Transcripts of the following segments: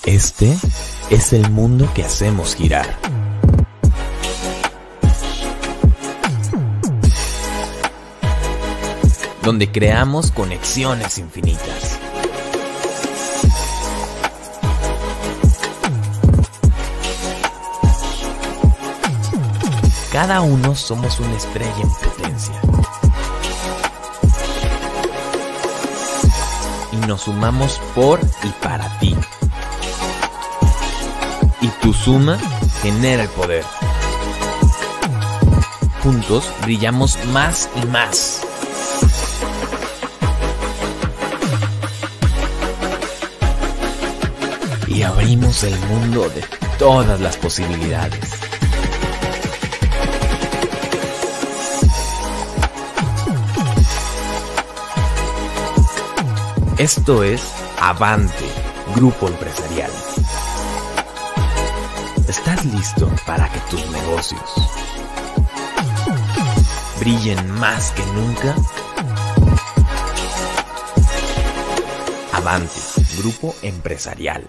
Este es el mundo que hacemos girar. Donde creamos conexiones infinitas. Cada uno somos una estrella en potencia. Y nos sumamos por y para ti. Y tu suma genera el poder. Juntos brillamos más y más. Y abrimos el mundo de todas las posibilidades. Esto es Avante, Grupo Empresarial. ¿Estás listo para que tus negocios brillen más que nunca? Avante, Grupo Empresarial.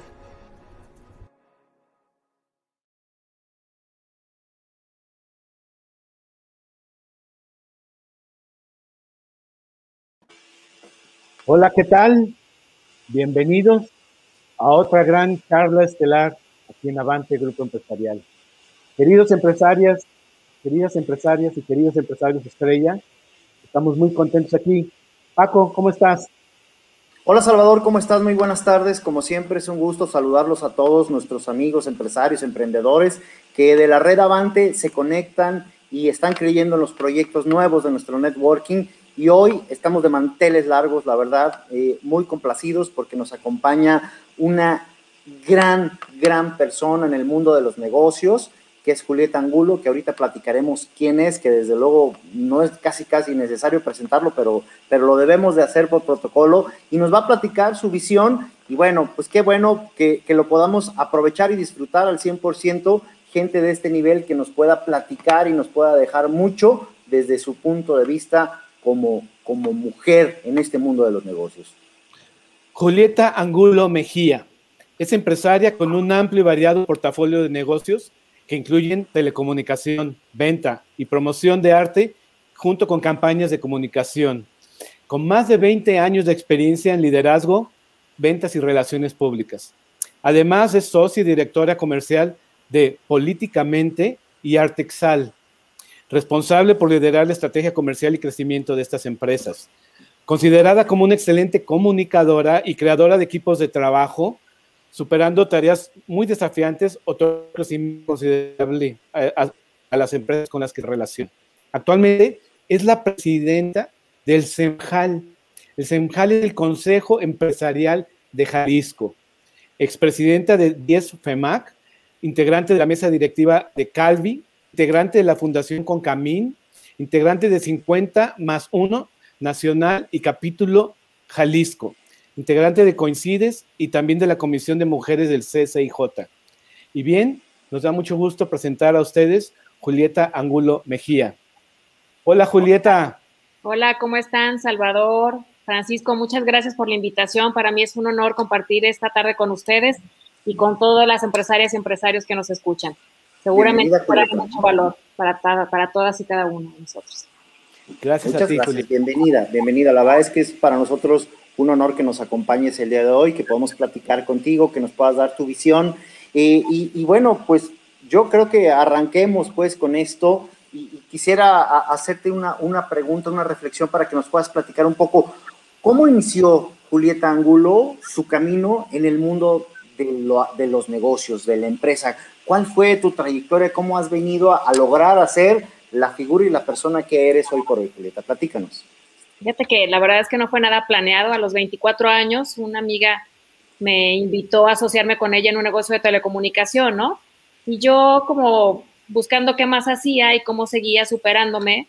Hola, ¿qué tal? Bienvenidos a otra gran charla estelar aquí en Avante Grupo Empresarial. Queridas empresarias y queridos empresarios estrella, estamos muy contentos aquí. Paco, ¿cómo estás? Hola Salvador, ¿cómo estás? Muy buenas tardes. Como siempre es un gusto saludarlos a todos nuestros amigos empresarios, emprendedores que de la red Avante se conectan y están creyendo en los proyectos nuevos de nuestro networking. Y hoy estamos de manteles largos, la verdad, muy complacidos porque nos acompaña una gran persona en el mundo de los negocios, que es Julieta Angulo, que ahorita platicaremos quién es, que desde luego no es casi necesario presentarlo, pero lo debemos de hacer por protocolo, y nos va a platicar su visión, y bueno, pues qué bueno que lo podamos aprovechar y disfrutar al 100%, gente de este nivel que nos pueda platicar y nos pueda dejar mucho desde su punto de vista como mujer en este mundo de los negocios. Julieta Angulo Mejía es empresaria con un amplio y variado portafolio de negocios que incluyen telecomunicación, venta y promoción de arte, junto con campañas de comunicación. Con más de 20 años de experiencia en liderazgo, ventas y relaciones públicas. Además, es socia y directora comercial de Políticamente y Artexal, responsable por liderar la estrategia comercial y crecimiento de estas empresas. Considerada como una excelente comunicadora y creadora de equipos de trabajo, superando tareas muy desafiantes, otorga crecimiento considerable a las empresas con las que se relaciona. Actualmente es la presidenta del CEMJAL. El CEMJAL es el Consejo Empresarial de Jalisco, expresidenta de 10 FEMAC, integrante de la mesa directiva de Calvi, integrante de la Fundación Concamín, integrante de 50+1 Nacional y Capítulo Jalisco, integrante de Coincides y también de la Comisión de Mujeres del CCIJ. Y bien, nos da mucho gusto presentar a ustedes Julieta Angulo Mejía. Hola, Julieta. Hola, ¿cómo están? Salvador, Francisco, muchas gracias por la invitación. Para mí es un honor compartir esta tarde con ustedes y con todas las empresarias y empresarios que nos escuchan. Seguramente habrá mucho valor para todas y cada uno de nosotros. Gracias a ti, Julieta. Bienvenida. La verdad es que es para nosotros un honor que nos acompañes el día de hoy, que podamos platicar contigo, que nos puedas dar tu visión. Y bueno, pues yo creo que arranquemos pues con esto y quisiera hacerte una pregunta, una reflexión para que nos puedas platicar un poco cómo inició Julieta Angulo su camino en el mundo de los negocios, de la empresa. ¿Cuál fue tu trayectoria? ¿Cómo has venido a lograr hacer la figura y la persona que eres hoy por hoy, Julieta? Platícanos. Fíjate que la verdad es que no fue nada planeado. A los 24 años, una amiga me invitó a asociarme con ella en un negocio de telecomunicación, ¿no? Y yo como buscando qué más hacía y cómo seguía superándome,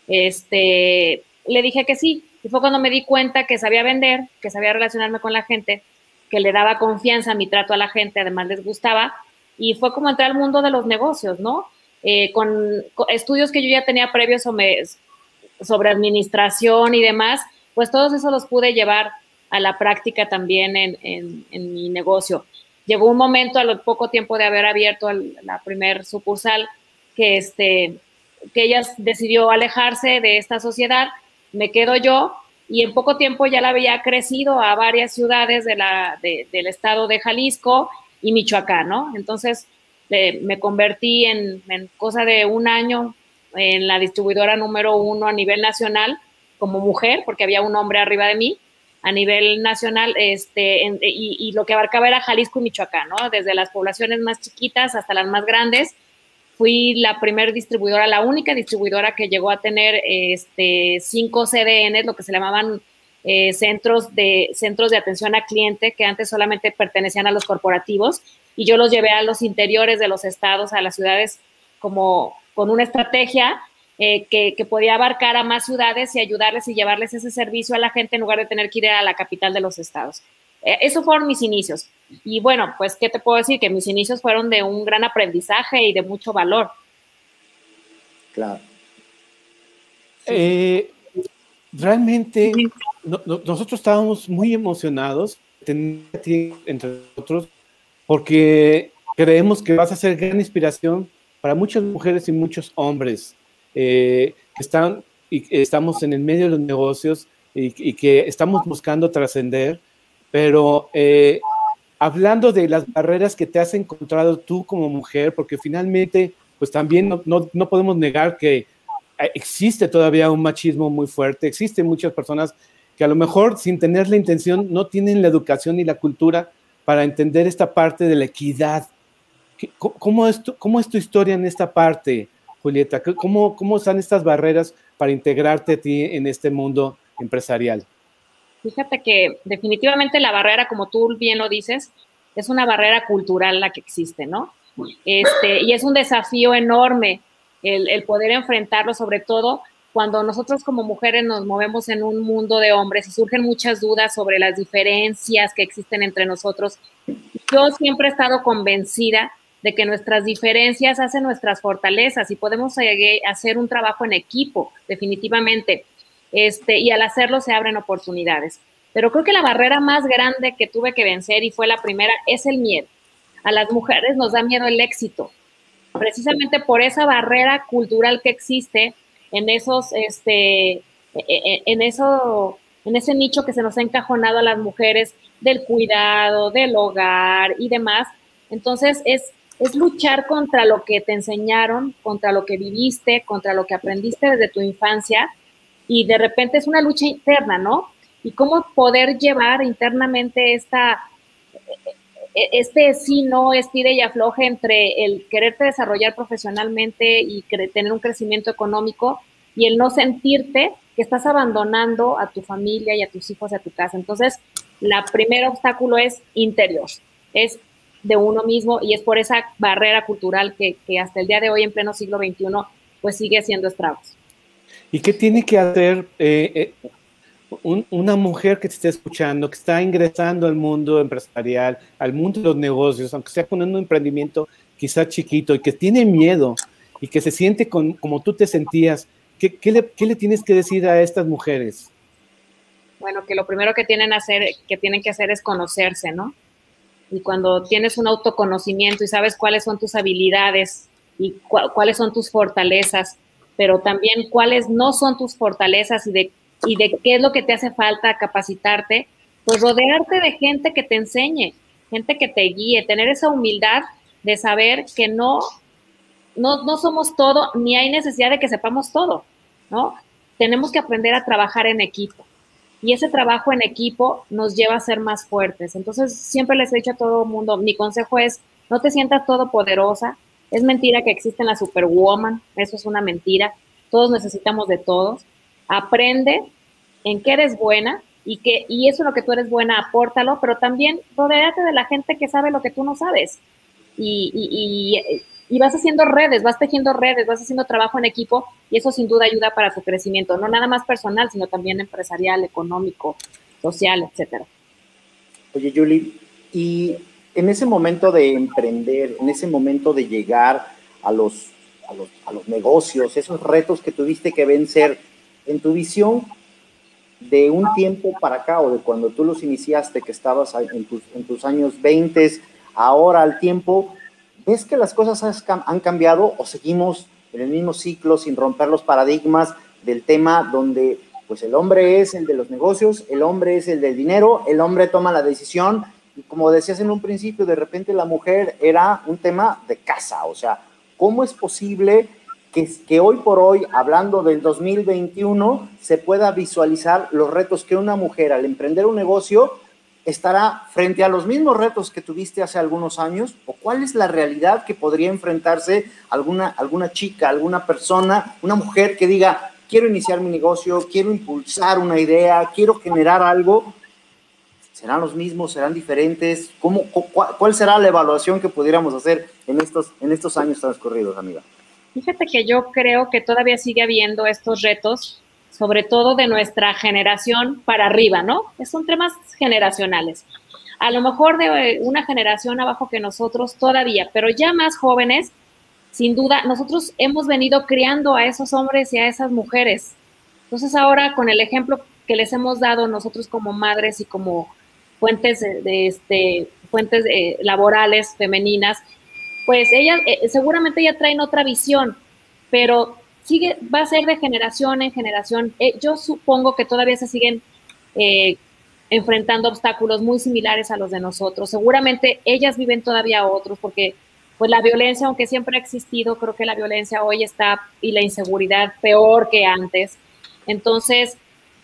le dije que sí. Y fue cuando me di cuenta que sabía vender, que sabía relacionarme con la gente, que le daba confianza a mi trato a la gente, además les gustaba. Y fue como entrar al mundo de los negocios, ¿no? Con estudios que yo ya tenía previos sobre administración y demás, pues todos esos los pude llevar a la práctica también en mi negocio. llegó un momento a lo poco tiempo de haber abierto la primer sucursal que ella decidió alejarse de esta sociedad, me quedo yo y en poco tiempo ya la había crecido a varias ciudades del estado de Jalisco y Michoacán, ¿no? Entonces me convertí en cosa de un año en la distribuidora número 1 a nivel nacional como mujer, porque había un hombre arriba de mí, a nivel nacional, y lo que abarcaba era Jalisco y Michoacán, ¿no? Desde las poblaciones más chiquitas hasta las más grandes. Fui la primer distribuidora, la única distribuidora que llegó a tener 5 CDNs, lo que se llamaban centros de atención a cliente, que antes solamente pertenecían a los corporativos, y yo los llevé a los interiores de los estados, a las ciudades, como con una estrategia que podía abarcar a más ciudades y ayudarles y llevarles ese servicio a la gente en lugar de tener que ir a la capital de los estados. Esos fueron mis inicios. Y bueno, pues, ¿qué te puedo decir? Que mis inicios fueron de un gran aprendizaje y de mucho valor. Claro. Realmente nosotros estábamos muy emocionados de tenerte a ti entre nosotros porque creemos que vas a ser gran inspiración para muchas mujeres y muchos hombres que estamos en el medio de los negocios y que estamos buscando trascender, pero hablando de las barreras que te has encontrado tú como mujer, porque finalmente, pues también no podemos negar que existe todavía un machismo muy fuerte, existen muchas personas que a lo mejor sin tener la intención no tienen la educación ni la cultura para entender esta parte de la equidad. ¿Cómo es tu historia en esta parte, Julieta? ¿Cómo están estas barreras para integrarte a ti en este mundo empresarial? Fíjate que definitivamente la barrera, como tú bien lo dices, es una barrera cultural la que existe, ¿no? Y es un desafío enorme el poder enfrentarlo, sobre todo cuando nosotros como mujeres nos movemos en un mundo de hombres y surgen muchas dudas sobre las diferencias que existen entre nosotros. Yo siempre he estado convencida de que nuestras diferencias hacen nuestras fortalezas y podemos hacer un trabajo en equipo, definitivamente. Y al hacerlo se abren oportunidades. Pero creo que la barrera más grande que tuve que vencer, y fue la primera, es el miedo. A las mujeres nos da miedo el éxito, precisamente por esa barrera cultural que existe en ese nicho que se nos ha encajonado a las mujeres del cuidado, del hogar y demás. Entonces es luchar contra lo que te enseñaron, contra lo que viviste, contra lo que aprendiste desde tu infancia, y de repente es una lucha interna, ¿no? Y cómo poder llevar internamente sí, no, estire y afloje entre el quererte desarrollar profesionalmente y tener un crecimiento económico y el no sentirte que estás abandonando a tu familia y a tus hijos y a tu casa. Entonces, el primer obstáculo es interior, es de uno mismo, y es por esa barrera cultural que hasta el día de hoy, en pleno siglo XXI, pues sigue haciendo estragos. ¿Y qué tiene que hacer una mujer que te esté escuchando, que está ingresando al mundo empresarial, al mundo de los negocios, aunque sea con un emprendimiento quizá chiquito y que tiene miedo y que se siente como tú te sentías? ¿Qué le tienes que decir a estas mujeres? Bueno, que lo primero que tienen que hacer es conocerse, ¿no? Y cuando tienes un autoconocimiento y sabes cuáles son tus habilidades y cuáles son tus fortalezas, pero también cuáles no son tus fortalezas y de qué es lo que te hace falta capacitarte, pues rodearte de gente que te enseñe, gente que te guíe, tener esa humildad de saber que no somos todo, ni hay necesidad de que sepamos todo, ¿no? Tenemos que aprender a trabajar en equipo. Y ese trabajo en equipo nos lleva a ser más fuertes. Entonces, siempre les he dicho a todo el mundo, mi consejo es, no te sientas todopoderosa. Es mentira que existen las superwoman, eso es una mentira. Todos necesitamos de todos. Aprende en qué eres buena y eso es lo que tú eres buena, apórtalo, pero también rodéate de la gente que sabe lo que tú no sabes. Y vas haciendo redes, vas tejiendo redes, vas haciendo trabajo en equipo, y eso sin duda ayuda para tu crecimiento, no nada más personal, sino también empresarial, económico, social, etcétera. Oye, Yuli, y en ese momento de emprender, en ese momento de llegar a los negocios, esos retos que tuviste que vencer, en tu visión de un tiempo para acá o de cuando tú los iniciaste, que estabas en tus años 20, ahora al tiempo, ¿ves que las cosas han cambiado o seguimos en el mismo ciclo sin romper los paradigmas del tema donde pues el hombre es el de los negocios, el hombre es el del dinero, el hombre toma la decisión y como decías en un principio, de repente la mujer era un tema de casa? O sea, ¿cómo es posible que hoy por hoy, hablando del 2021, se pueda visualizar los retos que una mujer al emprender un negocio estará frente a los mismos retos que tuviste hace algunos años? ¿O cuál es la realidad que podría enfrentarse alguna chica, alguna persona, una mujer que diga, quiero iniciar mi negocio, quiero impulsar una idea, quiero generar algo? ¿Serán los mismos? ¿Serán diferentes? ¿Cuál será la evaluación que pudiéramos hacer en estos años transcurridos, amiga? Fíjate que yo creo que todavía sigue habiendo estos retos, sobre todo de nuestra generación para arriba, ¿no? Son temas generacionales. A lo mejor de una generación abajo que nosotros todavía, pero ya más jóvenes, sin duda, nosotros hemos venido criando a esos hombres y a esas mujeres. Entonces ahora con el ejemplo que les hemos dado nosotros como madres y como fuentes fuentes laborales femeninas, pues ellas seguramente ya traen otra visión, pero va a ser de generación en generación. Yo supongo que todavía se siguen enfrentando obstáculos muy similares a los de nosotros. Seguramente ellas viven todavía otros, porque pues la violencia, aunque siempre ha existido, creo que la violencia hoy está, y la inseguridad, peor que antes. Entonces,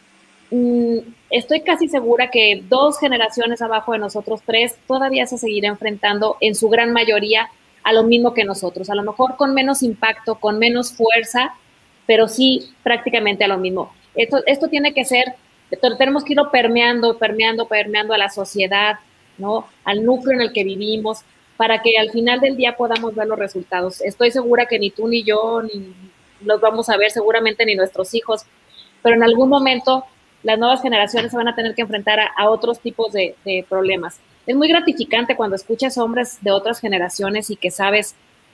estoy casi segura que 2 generaciones abajo de nosotros, 3, todavía se seguirá enfrentando en su gran mayoría a lo mismo que nosotros, a lo mejor con menos impacto, con menos fuerza, pero sí prácticamente a lo mismo. Esto tiene que ser, tenemos que irlo permeando a la sociedad, ¿no? Al núcleo en el que vivimos, para que al final del día podamos ver los resultados. Estoy segura que ni tú ni yo ni los vamos a ver, seguramente ni nuestros hijos, pero en algún momento las nuevas generaciones se van a tener que enfrentar a otros tipos de problemas. Es muy gratificante cuando escuchas hombres de otras generaciones y que sabes,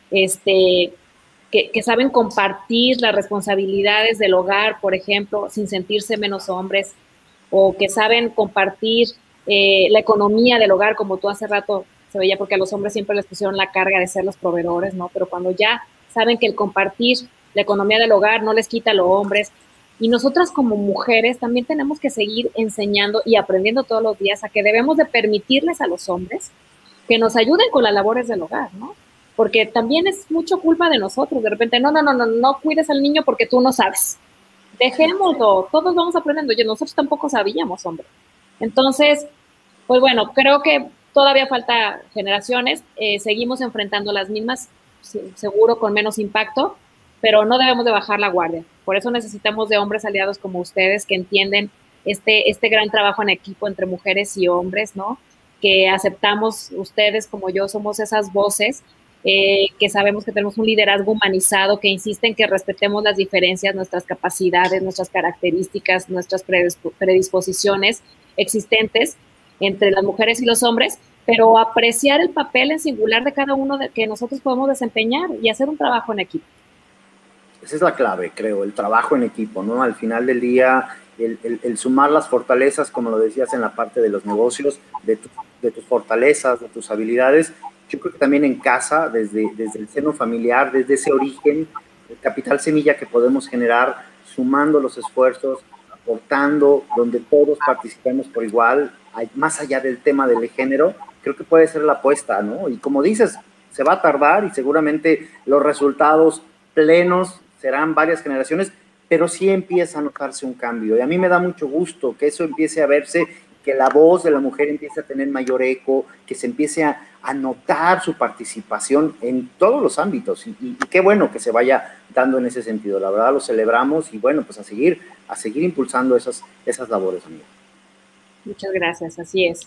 que saben compartir las responsabilidades del hogar, por ejemplo, sin sentirse menos hombres, o que saben compartir la economía del hogar, como tú hace rato se veía, porque a los hombres siempre les pusieron la carga de ser los proveedores, ¿no? Pero cuando ya saben que el compartir la economía del hogar no les quita a los hombres. Y nosotras como mujeres también tenemos que seguir enseñando y aprendiendo todos los días a que debemos de permitirles a los hombres que nos ayuden con las labores del hogar, ¿no? Porque también es mucho culpa de nosotros. De repente, no cuides al niño porque tú no sabes. Dejémoslo, todos vamos aprendiendo. Oye, nosotros tampoco sabíamos, hombre. Entonces, pues bueno, creo que todavía falta generaciones. Seguimos enfrentando las mismas, seguro con menos impacto, pero no debemos de bajar la guardia. Por eso necesitamos de hombres aliados como ustedes que entienden este gran trabajo en equipo entre mujeres y hombres, ¿no? Que aceptamos, ustedes como yo, somos esas voces que sabemos que tenemos un liderazgo humanizado, que insiste en que respetemos las diferencias, nuestras capacidades, nuestras características, nuestras predisposiciones existentes entre las mujeres y los hombres, pero apreciar el papel en singular de cada uno que nosotros podemos desempeñar y hacer un trabajo en equipo. Esa es la clave, creo, el trabajo en equipo, ¿no? Al final del día, el sumar las fortalezas, como lo decías en la parte de los negocios, de tus fortalezas, de tus habilidades. Yo creo que también en casa, desde el seno familiar, desde ese origen, el capital semilla que podemos generar, sumando los esfuerzos, aportando, donde todos participemos por igual, más allá del tema del género, creo que puede ser la apuesta, ¿no? Y como dices, se va a tardar y seguramente los resultados plenos serán varias generaciones, pero sí empieza a notarse un cambio. Y a mí me da mucho gusto que eso empiece a verse, que la voz de la mujer empiece a tener mayor eco, que se empiece a notar su participación en todos los ámbitos. Y qué bueno que se vaya dando en ese sentido. La verdad lo celebramos y bueno, pues a seguir impulsando esas labores, amigo. Muchas gracias, así es.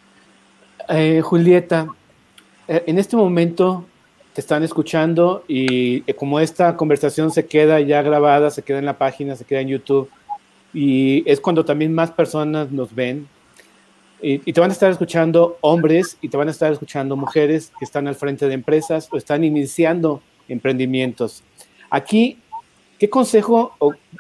Julieta, en este momento te están escuchando y como esta conversación se queda ya grabada, se queda en la página, se queda en YouTube y es cuando también más personas nos ven y te van a estar escuchando hombres y te van a estar escuchando mujeres que están al frente de empresas o están iniciando emprendimientos. Aquí, ¿qué consejo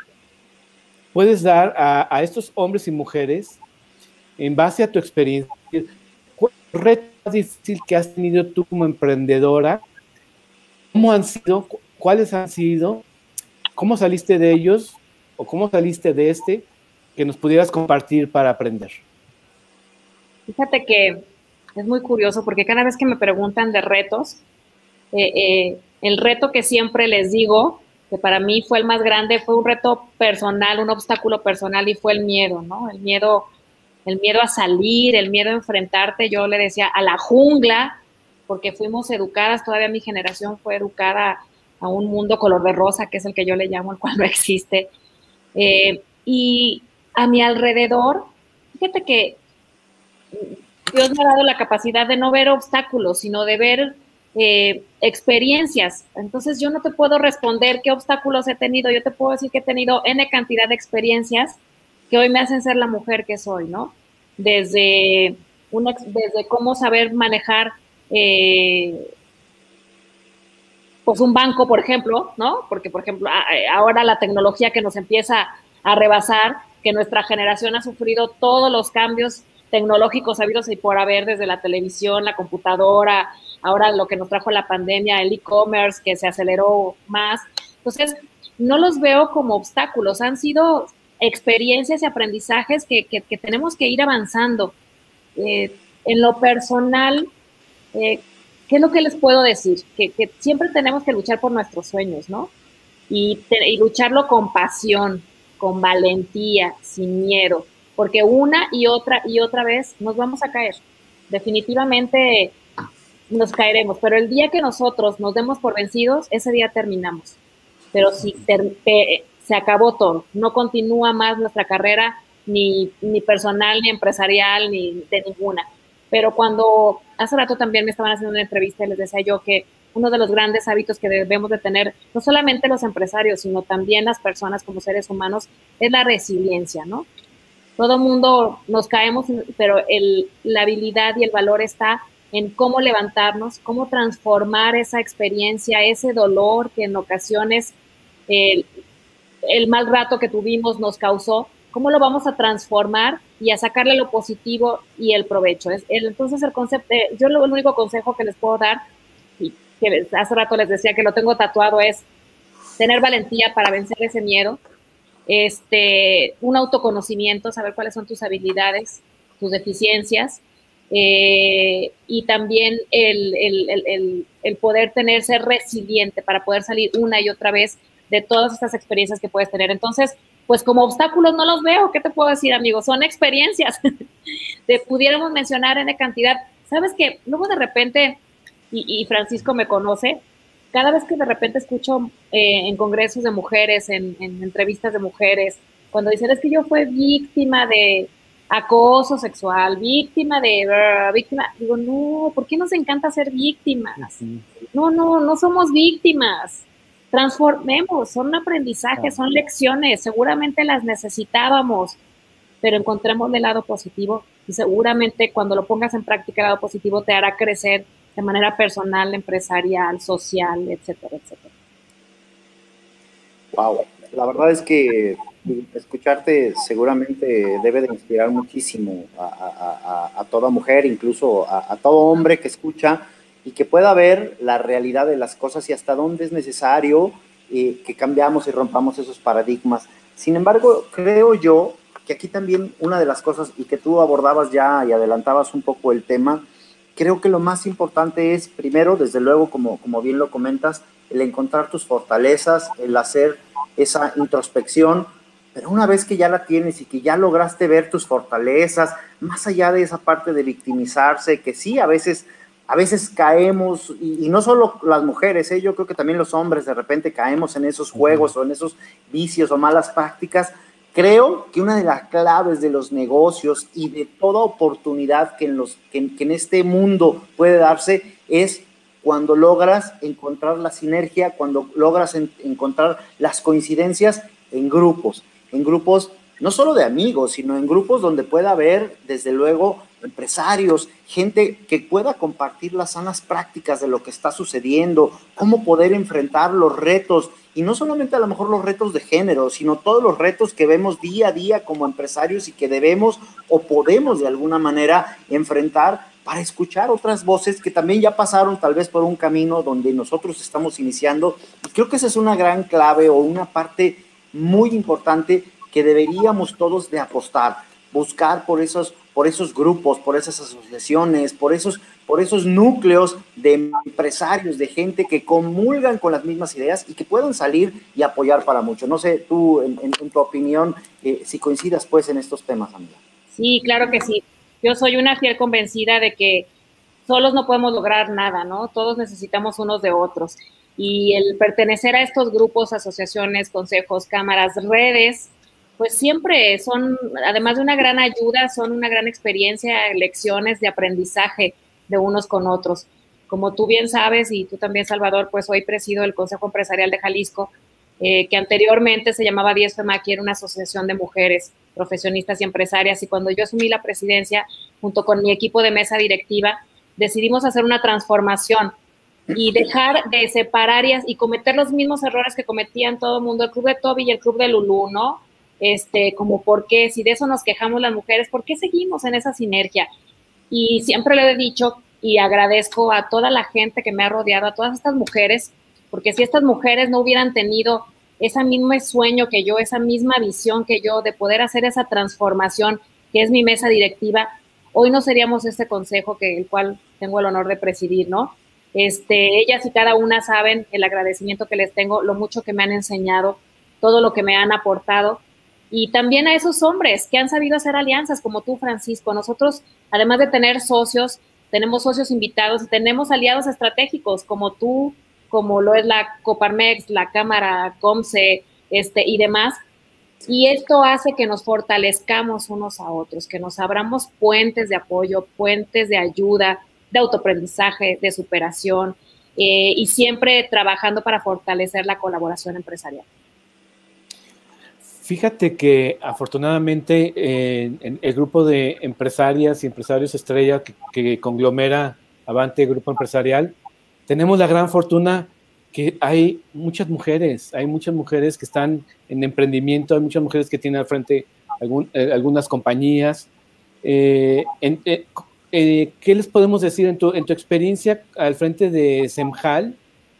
puedes dar a estos hombres y mujeres en base a tu experiencia? ¿Cuál reto más difícil que has tenido tú como emprendedora? ¿Cómo han sido? ¿Cuáles han sido? ¿Cómo saliste de ellos? ¿O cómo saliste de este que nos pudieras compartir para aprender? Fíjate que es muy curioso porque cada vez que me preguntan de retos, el reto que siempre les digo, que para mí fue el más grande, fue un reto personal, un obstáculo personal y fue el miedo, ¿no? El miedo a salir, el miedo a enfrentarte, yo le decía, a la jungla, porque fuimos educadas, todavía mi generación fue educada a un mundo color de rosa, que es el que yo le llamo, el cual no existe. Y a mi alrededor, fíjate que Dios me ha dado la capacidad de no ver obstáculos, sino de ver experiencias. Entonces yo no te puedo responder qué obstáculos he tenido, yo te puedo decir que he tenido N cantidad de experiencias que hoy me hacen ser la mujer que soy, ¿no? Desde cómo saber manejar pues un banco, por ejemplo, ¿no? Porque, por ejemplo, ahora la tecnología que nos empieza a rebasar, que nuestra generación ha sufrido todos los cambios tecnológicos habidos y por haber, desde la televisión, la computadora, ahora lo que nos trajo la pandemia, el e-commerce, que se aceleró más. Entonces, no los veo como obstáculos, han sido experiencias y aprendizajes que tenemos que ir avanzando. En lo personal, ¿qué es lo que les puedo decir? Que siempre tenemos que luchar por nuestros sueños, ¿no? Y lucharlo con pasión, con valentía, sin miedo, porque una y otra vez nos vamos a caer. Definitivamente nos caeremos, pero el día que nosotros nos demos por vencidos, ese día terminamos. Pero si se acabó todo, no continúa más nuestra carrera, ni personal, ni empresarial, ni de ninguna. Pero cuando hace rato también me estaban haciendo una entrevista y les decía yo que uno de los grandes hábitos que debemos de tener, no solamente los empresarios, sino también las personas como seres humanos, es la resiliencia, ¿no? Todo mundo nos caemos, pero la habilidad y el valor está en cómo levantarnos, cómo transformar esa experiencia, ese dolor que en ocasiones el mal rato que tuvimos nos causó, cómo lo vamos a transformar y a sacarle lo positivo y el provecho. Entonces el concepto, yo el único consejo que les puedo dar, y que hace rato les decía que lo tengo tatuado, es tener valentía para vencer ese miedo, un autoconocimiento, saber cuáles son tus habilidades, tus deficiencias, y también el poder ser resiliente para poder salir una y otra vez de todas estas experiencias que puedes tener. Entonces, pues como obstáculos no los veo. ¿Qué te puedo decir, amigos? Son experiencias. Pudiéramos mencionar en cantidad. ¿Sabes qué? Luego de repente, y Francisco me conoce, cada vez que de repente escucho en congresos de mujeres, en entrevistas de mujeres, cuando dicen, es que yo fui víctima de acoso sexual, víctima, digo, no, ¿por qué nos encanta ser víctimas? No somos víctimas. Transformemos, son aprendizajes, son lecciones, seguramente las necesitábamos, pero encontremos el lado positivo y seguramente cuando lo pongas en práctica el lado positivo te hará crecer de manera personal, empresarial, social, etcétera, etcétera. Wow, la verdad es que escucharte seguramente debe de inspirar muchísimo a toda mujer, incluso a todo hombre que escucha y que pueda ver la realidad de las cosas y hasta dónde es necesario que cambiamos y rompamos esos paradigmas. Sin embargo, creo yo que aquí también una de las cosas, y que tú abordabas ya y adelantabas un poco el tema, creo que lo más importante es, primero, desde luego, como bien lo comentas, el encontrar tus fortalezas, el hacer esa introspección, pero una vez que ya la tienes y que ya lograste ver tus fortalezas, más allá de esa parte de victimizarse, que sí, a veces caemos, y no solo las mujeres, yo creo que también los hombres de repente caemos en esos juegos o en esos vicios o malas prácticas. Creo que una de las claves de los negocios y de toda oportunidad que en este mundo puede darse es cuando logras encontrar la sinergia, cuando logras encontrar las coincidencias en grupos no solo de amigos, sino en grupos donde pueda haber, desde luego, empresarios, gente que pueda compartir las sanas prácticas de lo que está sucediendo, cómo poder enfrentar los retos, y no solamente a lo mejor los retos de género, sino todos los retos que vemos día a día como empresarios y que debemos o podemos de alguna manera enfrentar para escuchar otras voces que también ya pasaron tal vez por un camino donde nosotros estamos iniciando. Y creo que esa es una gran clave o una parte muy importante que deberíamos todos de apostar, buscar por esos grupos, por esas asociaciones, por esos núcleos de empresarios, de gente que comulgan con las mismas ideas y que puedan salir y apoyar para mucho. No sé, tú, en tu opinión, si coincidas pues en estos temas, amiga. Sí, claro que sí. Yo soy una fiel convencida de que solos no podemos lograr nada, ¿no? Todos necesitamos unos de otros. Y el pertenecer a estos grupos, asociaciones, consejos, cámaras, redes, pues siempre son, además de una gran ayuda, son una gran experiencia, lecciones de aprendizaje de unos con otros. Como tú bien sabes, y tú también, Salvador, pues hoy presido el Consejo Empresarial de Jalisco, que anteriormente se llamaba 10 FEMACI, era una asociación de mujeres profesionistas y empresarias, y cuando yo asumí la presidencia, junto con mi equipo de mesa directiva, decidimos hacer una transformación y dejar de separar y cometer los mismos errores que cometían todo el mundo, el Club de Toby y el Club de Lulú, ¿no? Como por qué, si de eso nos quejamos las mujeres, ¿por qué seguimos en esa sinergia? Y siempre le he dicho y agradezco a toda la gente que me ha rodeado, a todas estas mujeres, porque si estas mujeres no hubieran tenido ese mismo sueño que yo, esa misma visión que yo de poder hacer esa transformación que es mi mesa directiva, hoy no seríamos este consejo el cual tengo el honor de presidir, ¿no? Ellas y cada una saben el agradecimiento que les tengo, lo mucho que me han enseñado, todo lo que me han aportado, y también a esos hombres que han sabido hacer alianzas como tú, Francisco. Nosotros, además de tener socios, tenemos socios invitados, tenemos aliados estratégicos como tú, como lo es la Coparmex, la Cámara, COMCE, y demás. Y esto hace que nos fortalezcamos unos a otros, que nos abramos puentes de apoyo, puentes de ayuda, de autoaprendizaje, de superación, y siempre trabajando para fortalecer la colaboración empresarial. Fíjate que afortunadamente en el grupo de empresarias y empresarios estrella que conglomera Avante Grupo Empresarial, tenemos la gran fortuna que hay muchas mujeres que están en emprendimiento, hay muchas mujeres que tienen al frente algunas compañías. ¿Qué les podemos decir en tu experiencia al frente de Semjal?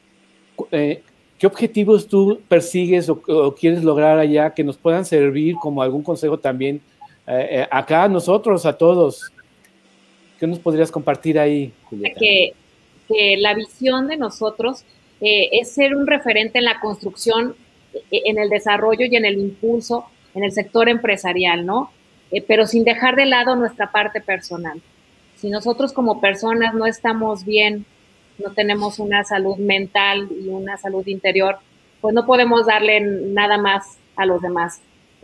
¿Qué objetivos tú persigues o quieres lograr allá que nos puedan servir como algún consejo también acá a nosotros, a todos? ¿Qué nos podrías compartir ahí, Julieta? Que la visión de nosotros es ser un referente en la construcción, en el desarrollo y en el impulso en el sector empresarial, ¿no? Pero sin dejar de lado nuestra parte personal. Si nosotros como personas no estamos bien, no tenemos una salud mental y una salud interior, pues no podemos darle nada más a los demás.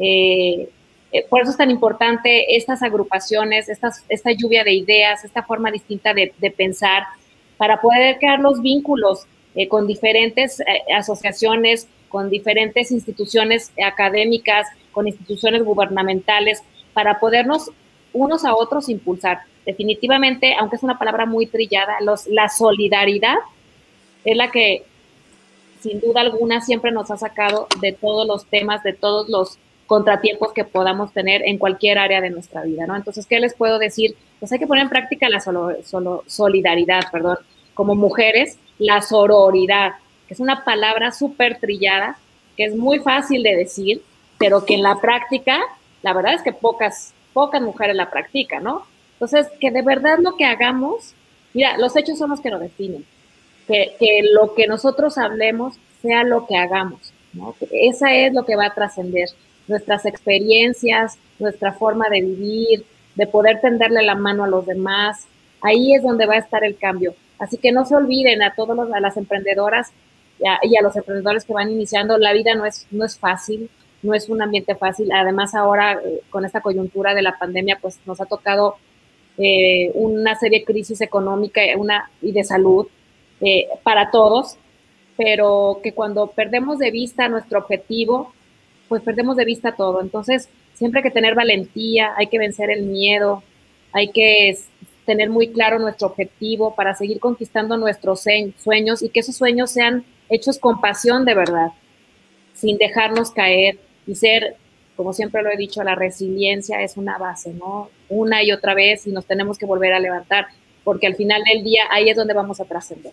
Por eso es tan importante estas agrupaciones, esta lluvia de ideas, esta forma distinta de pensar, para poder crear los vínculos con diferentes asociaciones, con diferentes instituciones académicas, con instituciones gubernamentales, para podernos unos a otros impulsar. Definitivamente, aunque es una palabra muy trillada, la solidaridad es la que, sin duda alguna, siempre nos ha sacado de todos los temas, de todos los contratiempos que podamos tener en cualquier área de nuestra vida, ¿no? Entonces, ¿qué les puedo decir? Pues hay que poner en práctica la solidaridad, como mujeres, la sororidad, que es una palabra súper trillada, que es muy fácil de decir, pero que en la práctica, la verdad es que pocas mujeres la practican, ¿no? Entonces, que de verdad lo que hagamos, mira, los hechos son los que nos definen, que lo que nosotros hablemos sea lo que hagamos, ¿no? Esa es lo que va a trascender, nuestras experiencias, nuestra forma de vivir, de poder tenderle la mano a los demás, ahí es donde va a estar el cambio. Así que no se olviden a las emprendedoras y a los emprendedores que van iniciando, la vida no es fácil, no es un ambiente fácil. Además ahora con esta coyuntura de la pandemia, pues nos ha tocado una serie de crisis económica y de salud para todos, pero que cuando perdemos de vista nuestro objetivo, pues perdemos de vista todo. Entonces, siempre hay que tener valentía, hay que vencer el miedo, hay que tener muy claro nuestro objetivo para seguir conquistando nuestros sueños y que esos sueños sean hechos con pasión de verdad, sin dejarnos caer y ser, como siempre lo he dicho, la resiliencia es una base, ¿no? Una y otra vez y nos tenemos que volver a levantar. porque al final del día ahí es donde vamos a trascender.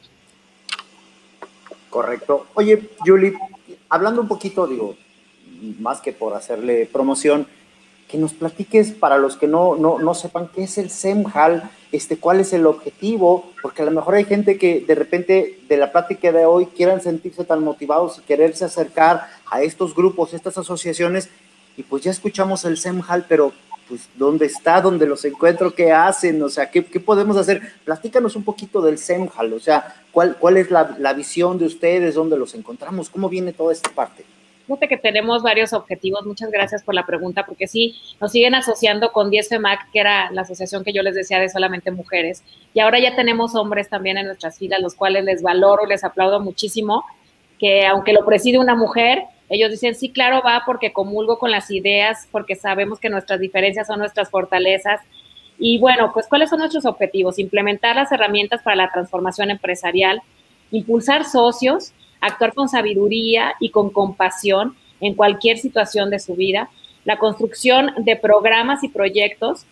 Correcto. Oye, Julie, hablando un poquito, digo, más que por hacerle promoción, que nos platiques para los que no sepan qué es el SEMJAL, cuál es el objetivo, porque a lo mejor hay gente que de repente de la plática de hoy quieran sentirse tan motivados y quererse acercar a estos grupos, estas asociaciones, y pues ya escuchamos el SEMJAL, pero pues ¿dónde está? ¿Dónde los encuentro? ¿Qué hacen? O sea, ¿qué podemos hacer? Platícanos un poquito del SEMJAL, o sea, ¿cuál es la visión de ustedes? ¿Dónde los encontramos? ¿Cómo viene toda esta parte? Fíjate que tenemos varios objetivos. Muchas gracias por la pregunta, porque sí, nos siguen asociando con 10 FEMAC, que era la asociación que yo les decía de solamente mujeres. Y ahora ya tenemos hombres también en nuestras filas, los cuales les valoro, les aplaudo muchísimo, que aunque lo preside una mujer, ellos dicen, sí, claro, va porque comulgo con las ideas, porque sabemos que nuestras diferencias son nuestras fortalezas. Y bueno, pues, ¿cuáles son nuestros objetivos? Implementar las herramientas para la transformación empresarial, impulsar socios, actuar con sabiduría y con compasión en cualquier situación de su vida, la construcción de programas y proyectos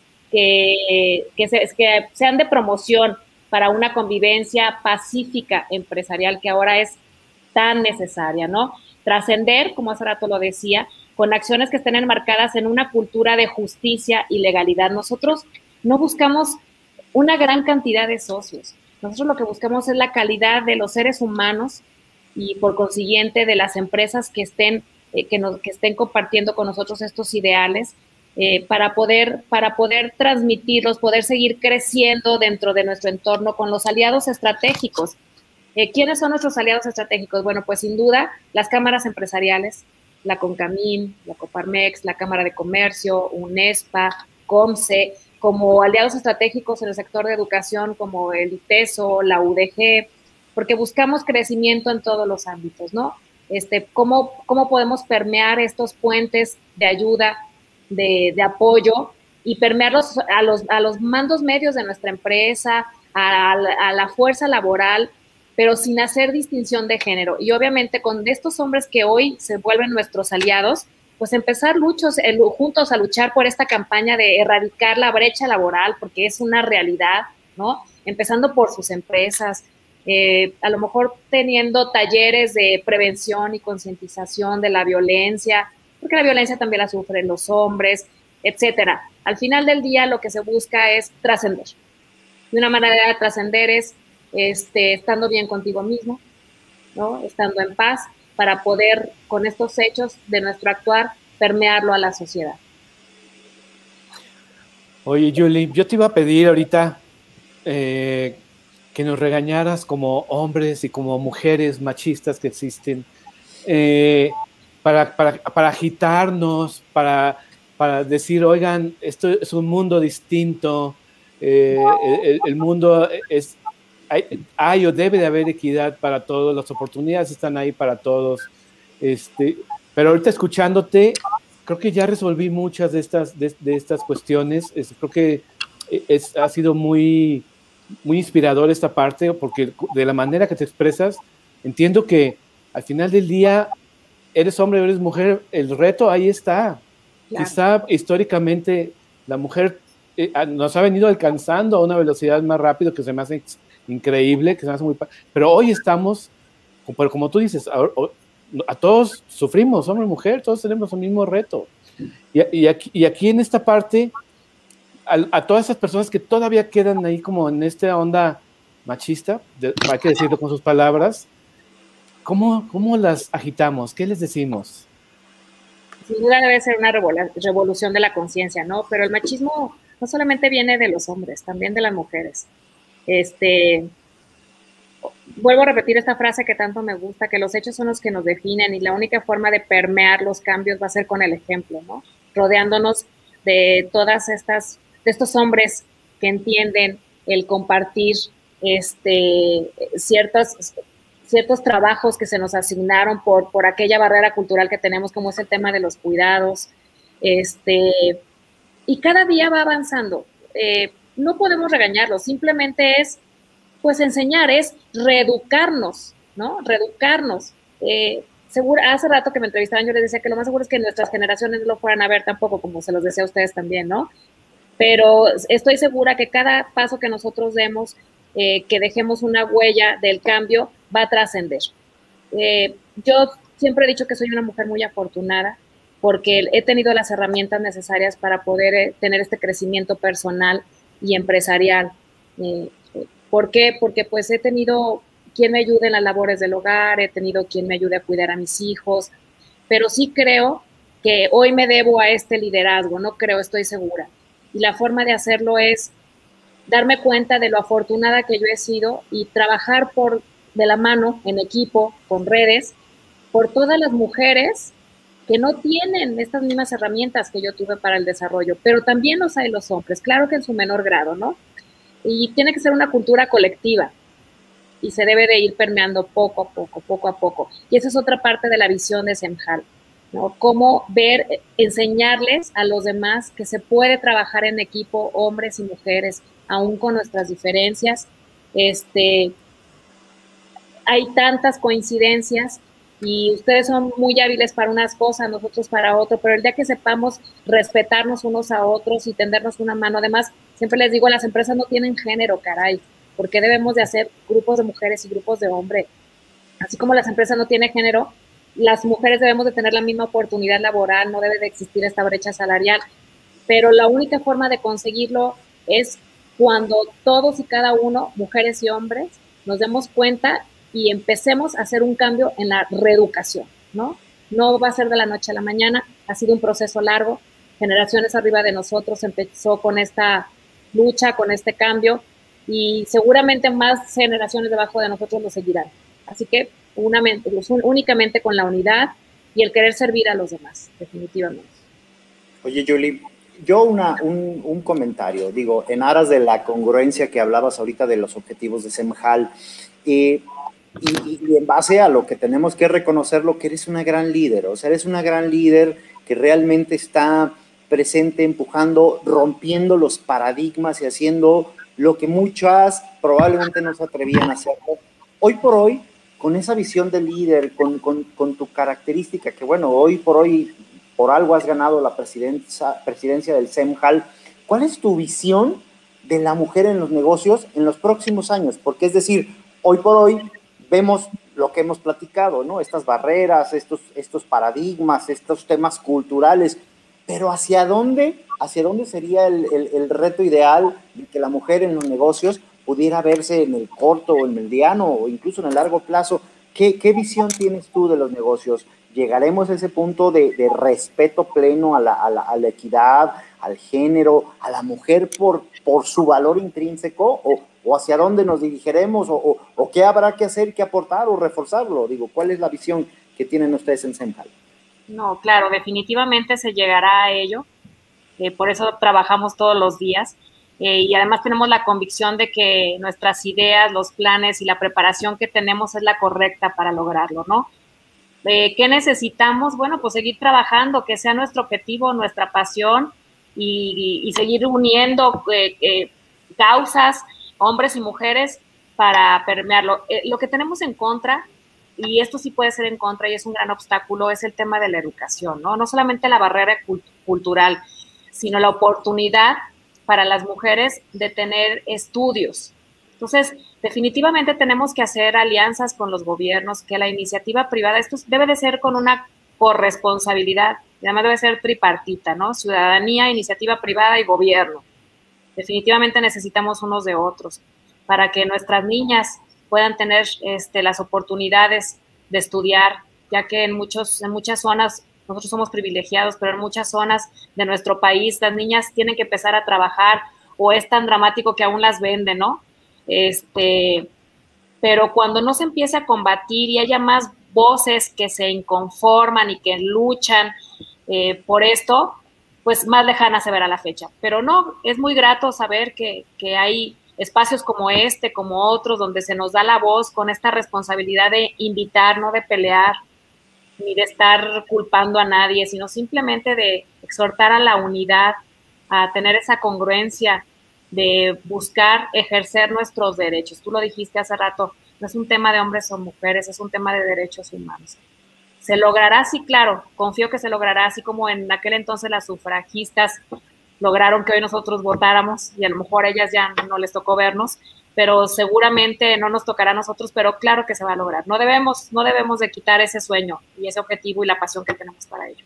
que sean de promoción para una convivencia pacífica empresarial que ahora es tan necesaria, ¿no? Trascender, como hace rato lo decía, con acciones que estén enmarcadas en una cultura de justicia y legalidad. Nosotros no buscamos una gran cantidad de socios. Nosotros lo que buscamos es la calidad de los seres humanos y por consiguiente de las empresas que estén compartiendo con nosotros estos ideales para poder transmitirlos, poder seguir creciendo dentro de nuestro entorno con los aliados estratégicos. ¿Quiénes son nuestros aliados estratégicos? Bueno, pues sin duda las cámaras empresariales, la CONCAMIN, la Coparmex, la Cámara de Comercio, UNESPA, COMCE, como aliados estratégicos en el sector de educación como el ITESO, la UDG, porque buscamos crecimiento en todos los ámbitos, ¿no? ¿Cómo podemos permear estos puentes de ayuda, de apoyo y permearlos a los mandos medios de nuestra empresa, a la fuerza laboral, pero sin hacer distinción de género? Y obviamente con estos hombres que hoy se vuelven nuestros aliados, pues empezar juntos a luchar por esta campaña de erradicar la brecha laboral, porque es una realidad, ¿no? Empezando por sus empresas, a lo mejor teniendo talleres de prevención y concientización de la violencia, porque la violencia también la sufren los hombres, etcétera. Al final del día lo que se busca es trascender. Y una manera de trascender es estando bien contigo mismo, ¿no? Estando en paz, para poder, con estos hechos de nuestro actuar, permearlo a la sociedad. Oye, Julie, yo te iba a pedir ahorita que nos regañaras como hombres y como mujeres machistas que existen, para agitarnos, para decir, oigan, esto es un mundo distinto, el mundo hay o debe de haber equidad para todos, las oportunidades están ahí para todos, pero ahorita escuchándote, creo que ya resolví muchas de estas cuestiones. Creo que ha sido muy inspirador esta parte, porque de la manera que te expresas, entiendo que al final del día, eres hombre o eres mujer, el reto ahí está. Claro. Quizá históricamente la mujer nos ha venido alcanzando a una velocidad más rápido, que se me hace increíble, que se me hace pero hoy estamos, como tú dices, a todos sufrimos, hombre y mujer, todos tenemos el mismo reto. Y aquí en esta parte, a todas esas personas que todavía quedan ahí como en esta onda machista, hay que decirlo con sus palabras, ¿cómo las agitamos? ¿Qué les decimos? Sin duda debe ser una revolución de la conciencia, ¿no? Pero el machismo no solamente viene de los hombres, también de las mujeres. Vuelvo a repetir esta frase que tanto me gusta, que los hechos son los que nos definen y la única forma de permear los cambios va a ser con el ejemplo, ¿no? Rodeándonos de de estos hombres que entienden el compartir ciertos trabajos que se nos asignaron por aquella barrera cultural que tenemos, como es el tema de los cuidados, y cada día va avanzando. No podemos regañarlos, simplemente es pues enseñar, es reeducarnos, ¿no? Reeducarnos. Hace rato que me entrevistaban, yo les decía que lo más seguro es que nuestras generaciones no lo fueran a ver tampoco, como se los decía a ustedes también, ¿no? pero estoy segura que cada paso que nosotros demos, que dejemos una huella del cambio, va a trascender. Yo siempre he dicho que soy una mujer muy afortunada porque he tenido las herramientas necesarias para poder tener este crecimiento personal y empresarial. ¿Por qué? Porque pues he tenido quien me ayude en las labores del hogar, he tenido quien me ayude a cuidar a mis hijos, pero sí creo que hoy me debo a este liderazgo, no creo, estoy segura. Y la forma de hacerlo es darme cuenta de lo afortunada que yo he sido y trabajar de la mano, en equipo, con redes, por todas las mujeres que no tienen estas mismas herramientas que yo tuve para el desarrollo, pero también los hay los hombres, claro que en su menor grado, ¿no? Y tiene que ser una cultura colectiva y se debe de ir permeando poco a poco, poco a poco. Y esa es otra parte de la visión de Semjal, ¿no? Cómo enseñarles a los demás que se puede trabajar en equipo, hombres y mujeres, aún con nuestras diferencias. Hay tantas coincidencias y ustedes son muy hábiles para unas cosas, nosotros para otro, pero el día que sepamos respetarnos unos a otros y tendernos una mano, además, siempre les digo, las empresas no tienen género, caray, porque debemos de hacer grupos de mujeres y grupos de hombres. Así como las empresas no tienen género, las mujeres debemos de tener la misma oportunidad laboral, no debe de existir esta brecha salarial, pero la única forma de conseguirlo es cuando todos y cada uno, mujeres y hombres, nos demos cuenta y empecemos a hacer un cambio en la reeducación, ¿no? No va a ser de la noche a la mañana, ha sido un proceso largo, generaciones arriba de nosotros empezó con esta lucha, con este cambio, y seguramente más generaciones debajo de nosotros lo seguirán. Así que únicamente con la unidad y el querer servir a los demás, definitivamente. Oye, Julie, yo un comentario, digo, en aras de la congruencia que hablabas ahorita de los objetivos de Semjal, y en base a lo que tenemos que reconocer, lo que eres una gran líder, o sea, eres una gran líder que realmente está presente, empujando, rompiendo los paradigmas y haciendo lo que muchas probablemente no se atrevían a hacer. Hoy por hoy, con esa visión de líder, con tu característica, que bueno, hoy por hoy, por algo has ganado la presidencia del Semjal, ¿cuál es tu visión de la mujer en los negocios en los próximos años? Porque es decir, hoy por hoy vemos lo que hemos platicado, ¿no? Estas barreras, estos paradigmas, estos temas culturales, pero ¿hacia dónde sería el reto ideal de que la mujer en los negocios pudiera verse en el corto o en el mediano o incluso en el largo plazo? ¿Qué visión tienes tú de los negocios? ¿Llegaremos a ese punto de respeto pleno a la equidad, al género, a la mujer por su valor intrínseco? ¿O hacia dónde nos dirigiremos? ¿O qué habrá que hacer, que aportar o reforzarlo? Digo, ¿cuál es la visión que tienen ustedes en Semjal? No, claro, definitivamente se llegará a ello. Por eso trabajamos todos los días. Y además tenemos la convicción de que nuestras ideas, los planes y la preparación que tenemos es la correcta para lograrlo, ¿no? ¿Qué necesitamos? Bueno, pues seguir trabajando, que sea nuestro objetivo, nuestra pasión y seguir uniendo causas, hombres y mujeres, para permearlo. Lo que tenemos en contra, y esto sí puede ser en contra y es un gran obstáculo, es el tema de la educación, ¿no? No solamente la barrera cultural, sino la oportunidad para las mujeres de tener estudios. Entonces, definitivamente tenemos que hacer alianzas con los gobiernos, que la iniciativa privada, esto debe de ser con una corresponsabilidad, y además debe ser tripartita, ¿no? Ciudadanía, iniciativa privada y gobierno. Definitivamente necesitamos unos de otros para que nuestras niñas puedan tener las oportunidades de estudiar, ya que en muchas zonas, nosotros somos privilegiados, pero en muchas zonas de nuestro país las niñas tienen que empezar a trabajar o es tan dramático que aún las venden, ¿no? Pero cuando no se empiece a combatir y haya más voces que se inconforman y que luchan por esto, pues más lejana se verá la fecha. Pero no, es muy grato saber que hay espacios como este, como otros, donde se nos da la voz con esta responsabilidad de invitar, no de pelear, ni de estar culpando a nadie, sino simplemente de exhortar a la unidad, a tener esa congruencia, de buscar ejercer nuestros derechos. Tú lo dijiste hace rato, no es un tema de hombres o mujeres, es un tema de derechos humanos. ¿Se logrará? Sí, claro, confío que se logrará, así como en aquel entonces las sufragistas lograron que hoy nosotros votáramos y a lo mejor a ellas ya no les tocó vernos, pero seguramente no nos tocará a nosotros, pero claro que se va a lograr. No debemos de quitar ese sueño y ese objetivo y la pasión que tenemos para ello.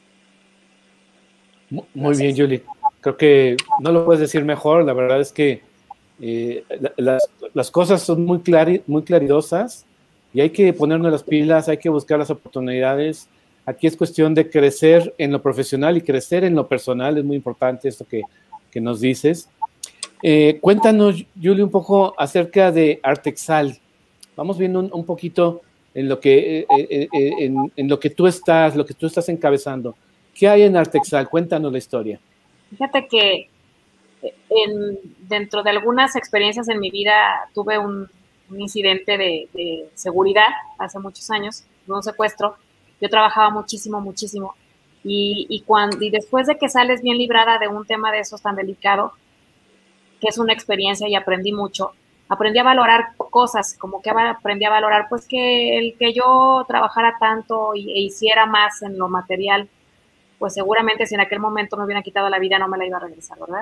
Muy bien, Julie. Creo que no lo puedes decir mejor. La verdad es que las cosas son muy claridosas y hay que ponernos las pilas, hay que buscar las oportunidades. Aquí es cuestión de crecer en lo profesional y crecer en lo personal. Es muy importante esto que nos dices. Cuéntanos, Julie, un poco acerca de Artexal. Vamos viendo un poquito en lo que en lo que tú estás encabezando. ¿Qué hay en Artexal? Cuéntanos la historia. Fíjate que dentro de algunas experiencias en mi vida tuve un incidente de seguridad hace muchos años, un secuestro. Yo trabajaba muchísimo y después de que sales bien librada de un tema de esos tan delicado, que es una experiencia y aprendí mucho, aprendí a valorar cosas, como que aprendí a valorar pues que el que yo trabajara tanto e hiciera más en lo material, pues seguramente si en aquel momento me hubieran quitado la vida no me la iba a regresar, ¿verdad?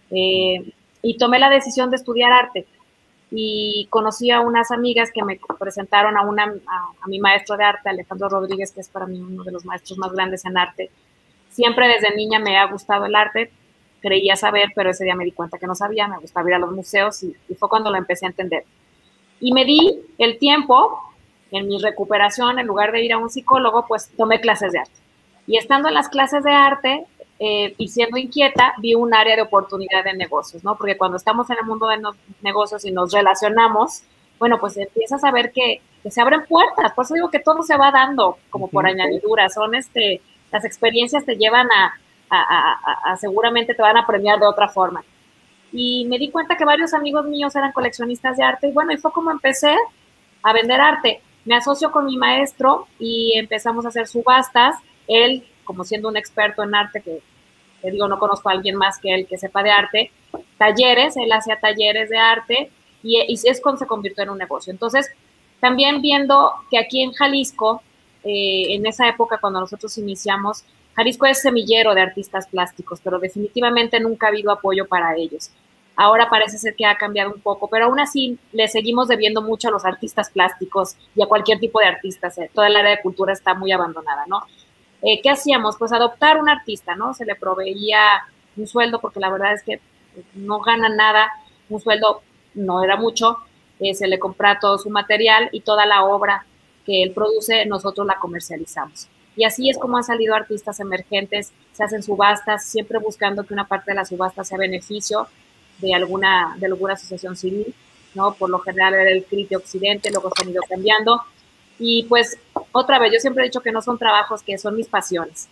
Y tomé la decisión de estudiar arte y conocí a unas amigas que me presentaron a mi maestro de arte, Alejandro Rodríguez, que es para mí uno de los maestros más grandes en arte. Siempre desde niña me ha gustado el arte, creía saber, pero ese día me di cuenta que no sabía, me gustaba ir a los museos y fue cuando lo empecé a entender. Y me di el tiempo, en mi recuperación, en lugar de ir a un psicólogo, pues tomé clases de arte. Y estando en las clases de arte y siendo inquieta, vi un área de oportunidad de negocios, ¿no? Porque cuando estamos en el mundo de los negocios y nos relacionamos, bueno, pues empiezas a ver que se abren puertas. Por eso digo que todo se va dando como por añadidura. Son las experiencias te llevan a seguramente te van a premiar de otra forma. Y me di cuenta que varios amigos míos eran coleccionistas de arte y bueno, y fue como empecé a vender arte. Me asocio con mi maestro y empezamos a hacer subastas. Él, como siendo un experto en arte, que digo, no conozco a alguien más que él que sepa de arte, talleres, él hacía talleres de arte y es cuando se convirtió en un negocio. Entonces, también viendo que aquí en Jalisco, en esa época cuando nosotros iniciamos, Jalisco es semillero de artistas plásticos, pero definitivamente nunca ha habido apoyo para ellos. Ahora parece ser que ha cambiado un poco, pero aún así le seguimos debiendo mucho a los artistas plásticos y a cualquier tipo de artistas. Toda el área de cultura está muy abandonada, ¿no? ¿Qué hacíamos? Pues adoptar un artista, ¿no? Se le proveía un sueldo, porque la verdad es que no ganan nada, un sueldo no era mucho, se le compra todo su material y toda la obra que él produce, nosotros la comercializamos. Y así es como han salido artistas emergentes, se hacen subastas, siempre buscando que una parte de la subasta sea beneficio de alguna asociación civil, ¿no? Por lo general era el CRIT de Occidente, luego se han ido cambiando. Y pues, otra vez, yo siempre he dicho que no son trabajos, que son mis pasiones.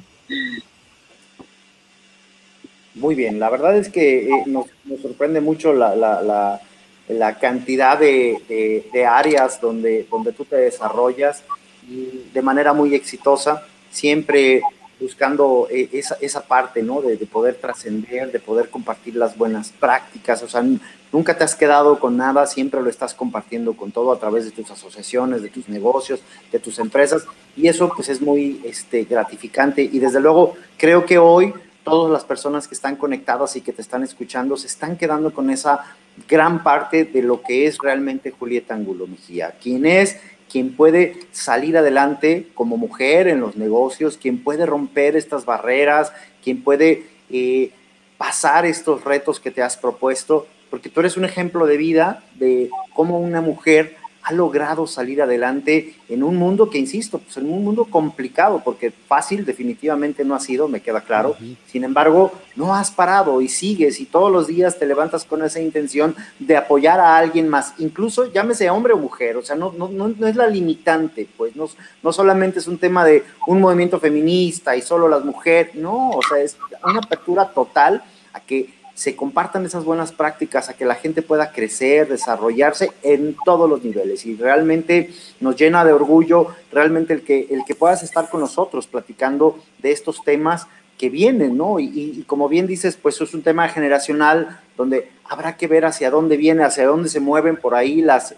Muy bien, la verdad es que nos sorprende mucho la cantidad de áreas donde tú te desarrollas y de manera muy exitosa, siempre buscando esa parte, ¿no? De poder trascender, de poder compartir las buenas prácticas, o sea, nunca te has quedado con nada, siempre lo estás compartiendo con todo a través de tus asociaciones, de tus negocios, de tus empresas, y eso pues es muy gratificante, y desde luego creo que hoy todas las personas que están conectadas y que te están escuchando se están quedando con esa gran parte de lo que es realmente Julieta Angulo Mejía, quien puede salir adelante como mujer en los negocios, quien puede romper estas barreras, quien puede pasar estos retos que te has propuesto, porque tú eres un ejemplo de vida de cómo una mujer ha logrado salir adelante en un mundo que, insisto, pues en un mundo complicado, porque fácil definitivamente no ha sido, me queda claro. Sin embargo, no has parado y sigues y todos los días te levantas con esa intención de apoyar a alguien más, incluso llámese hombre o mujer, o sea, no es la limitante, pues no solamente es un tema de un movimiento feminista y solo las mujeres, no, o sea, es una apertura total a que se compartan esas buenas prácticas, a que la gente pueda crecer, desarrollarse en todos los niveles, y realmente nos llena de orgullo realmente el que puedas estar con nosotros platicando de estos temas que vienen, ¿no? Y como bien dices, pues es un tema generacional donde habrá que ver hacia dónde viene, hacia dónde se mueven por ahí las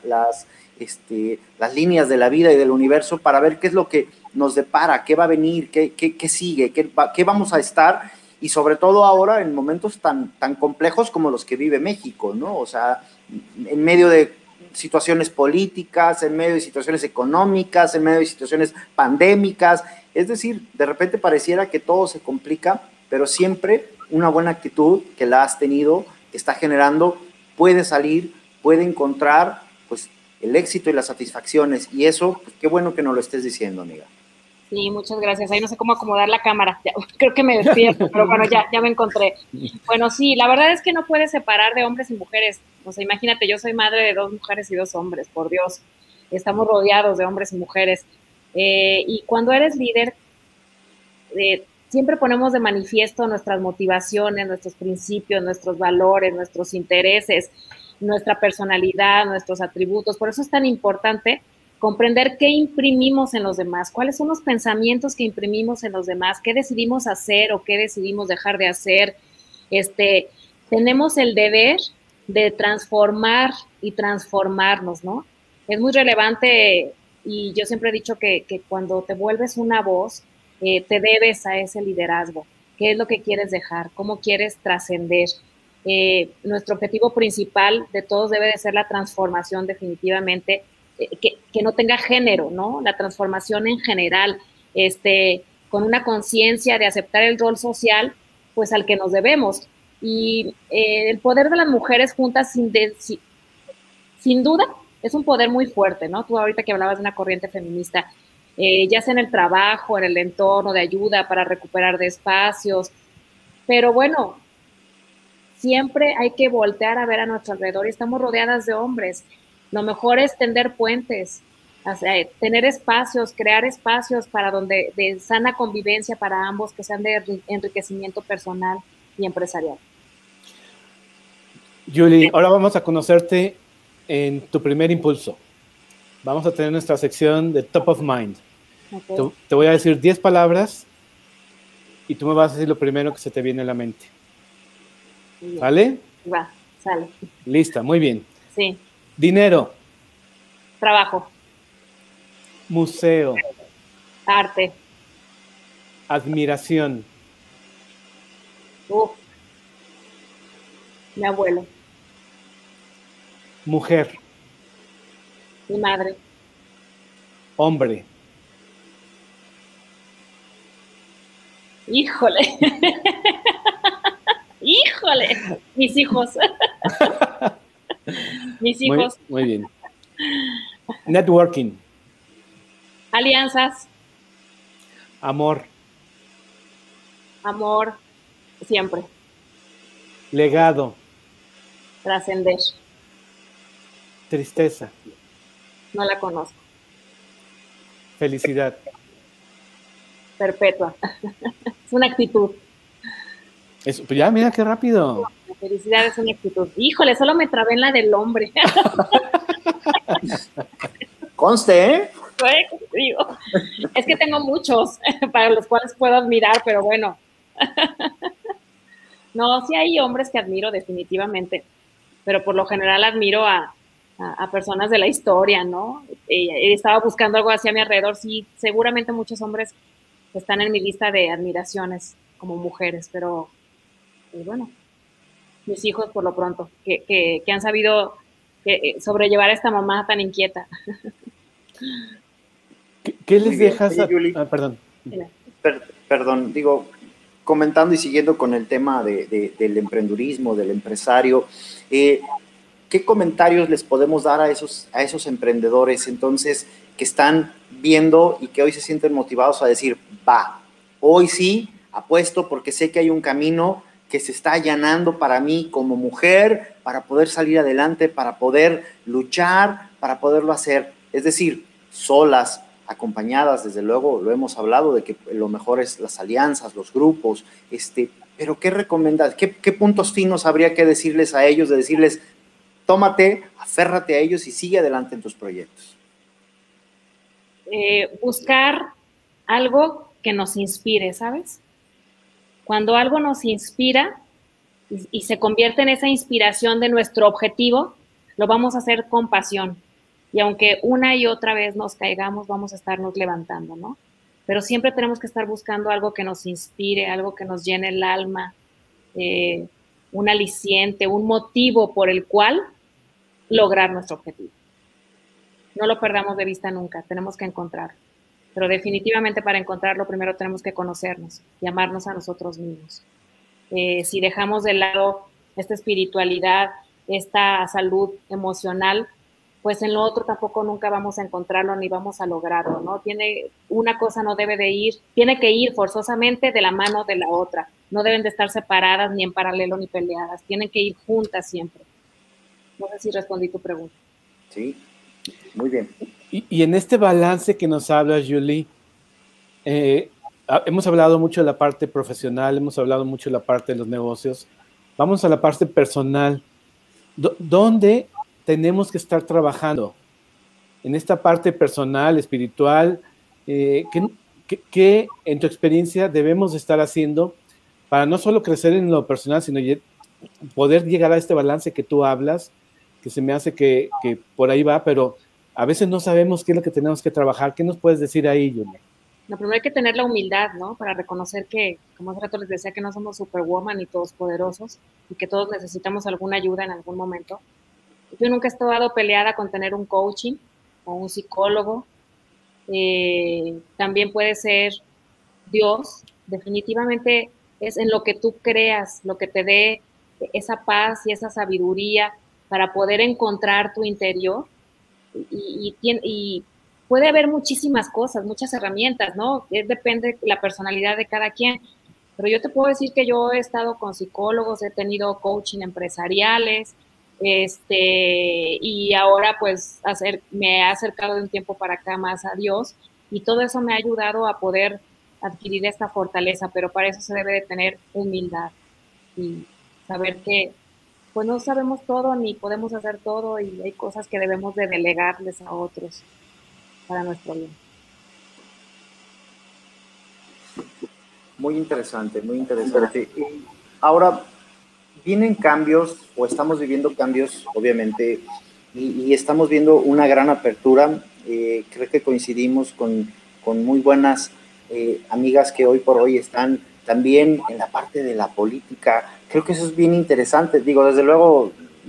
líneas de la vida y del universo, para ver qué es lo que nos depara, qué va a venir, qué sigue, qué vamos a estar. y sobre todo ahora en momentos tan complejos como los que vive México, ¿no? O sea, en medio de situaciones políticas, en medio de situaciones económicas, en medio de situaciones pandémicas, es decir, de repente pareciera que todo se complica, pero siempre una buena actitud que la has tenido, que está generando, puede salir, puede encontrar pues el éxito y las satisfacciones, y eso, pues, qué bueno que nos lo estés diciendo, amiga. Sí, muchas gracias. Ahí no sé cómo acomodar la cámara. Ya, creo que me despierto, pero bueno, ya me encontré. Bueno, sí, la verdad es que no puedes separar de hombres y mujeres. O sea, imagínate, yo soy madre de 2 mujeres y 2 hombres, por Dios. Estamos rodeados de hombres y mujeres. Y cuando eres líder, siempre ponemos de manifiesto nuestras motivaciones, nuestros principios, nuestros valores, nuestros intereses, nuestra personalidad, nuestros atributos. Por eso es tan importante comprender qué imprimimos en los demás, cuáles son los pensamientos que imprimimos en los demás, qué decidimos hacer o qué decidimos dejar de hacer. Tenemos el deber de transformar y transformarnos, ¿no? Es muy relevante, y yo siempre he dicho que cuando te vuelves una voz, te debes a ese liderazgo. ¿Qué es lo que quieres dejar? ¿Cómo quieres trascender? Nuestro objetivo principal de todos debe de ser la transformación, definitivamente, que no tenga género, ¿no? La transformación en general, con una conciencia de aceptar el rol social, pues al que nos debemos. Y el poder de las mujeres juntas, sin duda, es un poder muy fuerte, ¿no? Tú ahorita que hablabas de una corriente feminista, ya sea en el trabajo, en el entorno, de ayuda para recuperar de espacios, pero bueno, siempre hay que voltear a ver a nuestro alrededor y estamos rodeadas de hombres. Lo mejor es tender puentes, o sea, tener espacios, crear espacios para donde de sana convivencia para ambos, que sean de enriquecimiento personal y empresarial. Julie, ahora vamos a conocerte en tu primer impulso. Vamos a tener nuestra sección de Top of Mind. Okay. Te voy a decir 10 palabras y tú me vas a decir lo primero que se te viene a la mente. ¿Vale? Va, sale. Lista, muy bien. Sí. Dinero. Trabajo. Museo. Arte. Admiración. Mi abuelo. Mujer. Mi madre. Hombre. Híjole. Híjole. Mis hijos. Mis hijos. Muy bien. Networking. Alianzas. Amor. Amor. Siempre. Legado. Trascender. Tristeza. No la conozco. Felicidad. Perpetua. Es una actitud. Eso, pues ya, mira qué rápido. La felicidad es una actitud. Híjole, solo me trabé en la del hombre. Conste, ¿eh? Digo, es que tengo muchos para los cuales puedo admirar, pero bueno. No, sí hay hombres que admiro definitivamente, pero por lo general admiro a personas de la historia, ¿no? Estaba buscando algo así a mi alrededor, sí, seguramente muchos hombres están en mi lista de admiraciones como mujeres, pero pues bueno, mis hijos por lo pronto, que han sabido sobrellevar a esta mamá tan inquieta. ¿Qué les dejas? Oye, Julie, perdón. Perdón, digo, comentando y siguiendo con el tema del emprendurismo, del empresario, ¿qué comentarios les podemos dar a esos emprendedores entonces que están viendo y que hoy se sienten motivados a decir, va, hoy sí, apuesto porque sé que hay un camino que se está allanando para mí como mujer, para poder salir adelante, para poder luchar, para poderlo hacer? Es decir, solas, acompañadas, desde luego, lo hemos hablado de que lo mejor es las alianzas, los grupos, pero ¿qué recomendas? ¿Qué puntos finos habría que decirles a ellos, de decirles, tómate, aférrate a ellos y sigue adelante en tus proyectos? Buscar algo que nos inspire, ¿sabes? Cuando algo nos inspira y se convierte en esa inspiración de nuestro objetivo, lo vamos a hacer con pasión. Y aunque una y otra vez nos caigamos, vamos a estarnos levantando, ¿no? pero siempre tenemos que estar buscando algo que nos inspire, algo que nos llene el alma, un aliciente, un motivo por el cual lograr nuestro objetivo. No lo perdamos de vista nunca, tenemos que encontrarlo. Pero definitivamente para encontrarlo primero tenemos que conocernos y amarnos a nosotros mismos. Si dejamos de lado esta espiritualidad, esta salud emocional, pues en lo otro tampoco nunca vamos a encontrarlo ni vamos a lograrlo, ¿no? Una cosa no debe de ir, tiene que ir forzosamente de la mano de la otra. No deben de estar separadas ni en paralelo ni peleadas, tienen que ir juntas siempre. No sé si respondí tu pregunta. Sí, muy bien. Y en este balance que nos hablas, Julie, hemos hablado mucho de la parte profesional, hemos hablado mucho de la parte de los negocios. Vamos a la parte personal. ¿Dónde tenemos que estar trabajando? En esta parte personal, espiritual, ¿qué en tu experiencia debemos estar haciendo para no solo crecer en lo personal, sino poder llegar a este balance que tú hablas, que se me hace que por ahí va, pero a veces no sabemos qué es lo que tenemos que trabajar? ¿Qué nos puedes decir ahí, Julia? Lo primero hay que tener la humildad, ¿no? Para reconocer que, como hace rato les decía, que no somos superwoman ni todos poderosos y que todos necesitamos alguna ayuda en algún momento. Yo nunca he estado peleada con tener un coaching o un psicólogo. También puede ser Dios. Definitivamente es en lo que tú creas, lo que te dé esa paz y esa sabiduría para poder encontrar tu interior. Y puede haber muchísimas cosas, muchas herramientas, ¿no? Depende de la personalidad de cada quien. Pero yo te puedo decir que yo he estado con psicólogos, he tenido coaching empresariales, y ahora pues me he acercado de un tiempo para acá más a Dios, y todo eso me ha ayudado a poder adquirir esta fortaleza, pero para eso se debe de tener humildad y saber que pues no sabemos todo ni podemos hacer todo, y hay cosas que debemos de delegarles a otros para nuestro bien. Muy interesante, muy interesante. Ahora, vienen cambios, o estamos viviendo cambios, obviamente, y estamos viendo una gran apertura. Creo que coincidimos con muy buenas amigas que hoy por hoy están también en la parte de la política. Creo que eso es bien interesante. Digo, desde luego,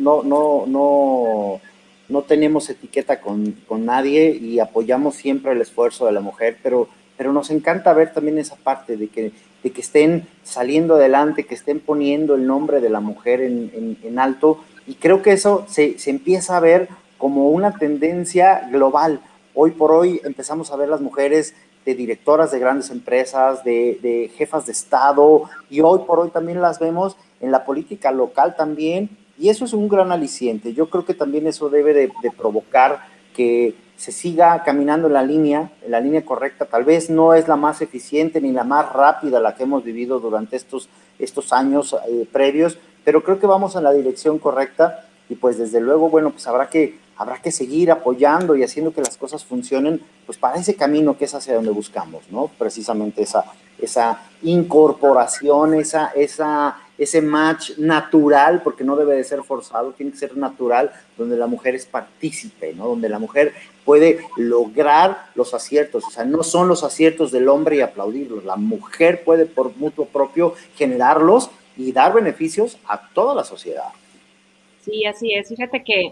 no tenemos etiqueta con nadie y apoyamos siempre el esfuerzo de la mujer, pero nos encanta ver también esa parte de que estén saliendo adelante, que estén poniendo el nombre de la mujer en alto, y creo que eso se empieza a ver como una tendencia global. Hoy por hoy empezamos a ver las mujeres de directoras de grandes empresas, de jefas de Estado, y hoy por hoy también las vemos en la política local también, y eso es un gran aliciente. Yo creo que también eso debe de provocar que se siga caminando en la línea correcta. Tal vez no es la más eficiente ni la más rápida la que hemos vivido durante estos años previos, pero creo que vamos en la dirección correcta, y pues desde luego, bueno, pues habrá que seguir apoyando y haciendo que las cosas funcionen, pues para ese camino que es hacia donde buscamos, ¿no? Precisamente esa incorporación, ese match natural, porque no debe de ser forzado, tiene que ser natural, donde la mujer es partícipe, ¿no? Donde la mujer puede lograr los aciertos. O sea, no son los aciertos del hombre y aplaudirlos. La mujer puede por mutuo propio generarlos y dar beneficios a toda la sociedad. Sí, así es. Fíjate que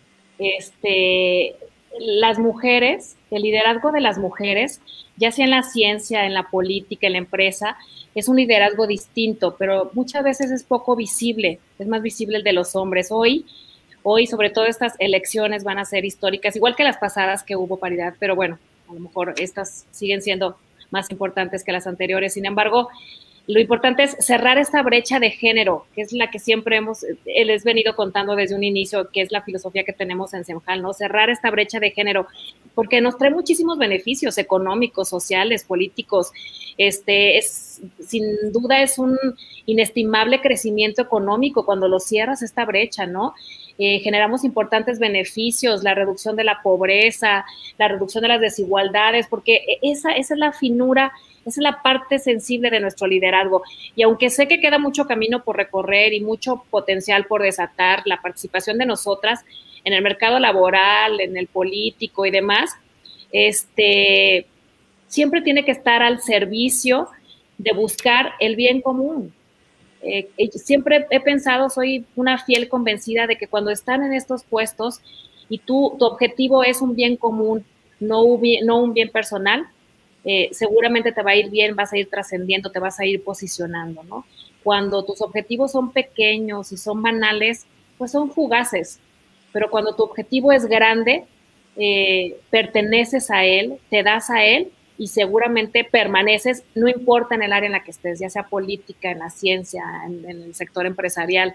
las mujeres, el liderazgo de las mujeres, ya sea en la ciencia, en la política, en la empresa, es un liderazgo distinto, pero muchas veces es poco visible, es más visible el de los hombres. Hoy, sobre todo, estas elecciones van a ser históricas, igual que las pasadas que hubo paridad, pero bueno, a lo mejor estas siguen siendo más importantes que las anteriores. Sin embargo, lo importante es cerrar esta brecha de género, que es la que siempre les venido contando desde un inicio, que es la filosofía que tenemos en Semjal, ¿no? Cerrar esta brecha de género, porque nos trae muchísimos beneficios económicos, sociales, políticos. Sin duda es un inestimable crecimiento económico cuando lo cierras esta brecha, ¿no? Generamos importantes beneficios, la reducción de la pobreza, la reducción de las desigualdades, porque esa es la finura, esa es la parte sensible de nuestro liderazgo. Y aunque sé que queda mucho camino por recorrer y mucho potencial por desatar, la participación de nosotras en el mercado laboral, en el político y demás, siempre tiene que estar al servicio de buscar el bien común. Siempre he pensado, soy una fiel convencida de que cuando están en estos puestos y tu objetivo es un bien común, no un bien personal, seguramente te va a ir bien, vas a ir trascendiendo, te vas a ir posicionando, ¿no? Cuando tus objetivos son pequeños y son banales, pues son fugaces, pero cuando tu objetivo es grande, perteneces a él, te das a él y seguramente permaneces, no importa en el área en la que estés, ya sea política, en la ciencia, en el sector empresarial.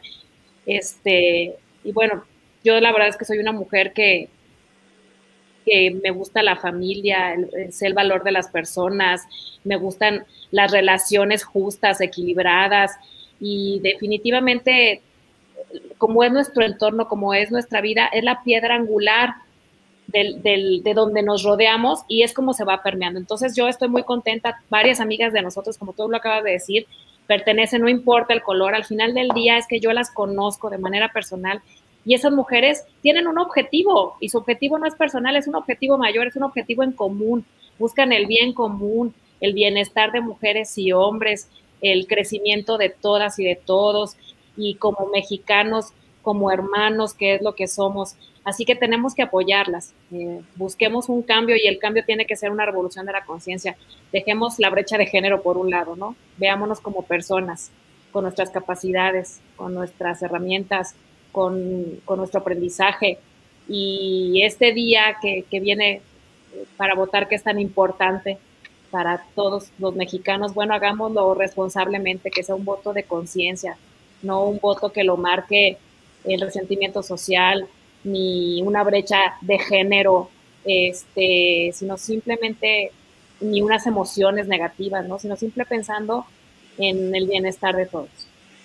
Y bueno, yo la verdad es que soy una mujer que me gusta la familia, sé el valor de las personas, me gustan las relaciones justas, equilibradas, y definitivamente, como es nuestro entorno, como es nuestra vida, es la piedra angular de donde nos rodeamos y es como se va permeando. Entonces yo estoy muy contenta, varias amigas de nosotros, como tú lo acabas de decir, pertenecen, no importa el color, al final del día es que yo las conozco de manera personal y esas mujeres tienen un objetivo y su objetivo no es personal, es un objetivo mayor, es un objetivo en común, buscan el bien común, el bienestar de mujeres y hombres, el crecimiento de todas y de todos, y como mexicanos, como hermanos, que es lo que somos. Así que tenemos que apoyarlas, busquemos un cambio y el cambio tiene que ser una revolución de la conciencia. Dejemos la brecha de género por un lado, ¿no? Veámonos como personas, con nuestras capacidades, con nuestras herramientas, con nuestro aprendizaje. Y este día que viene para votar, que es tan importante para todos los mexicanos, bueno, hagámoslo responsablemente, que sea un voto de conciencia, no un voto que lo marque el resentimiento social, ni una brecha de género, sino simplemente ni unas emociones negativas, ¿no? Sino simple pensando en el bienestar de todos.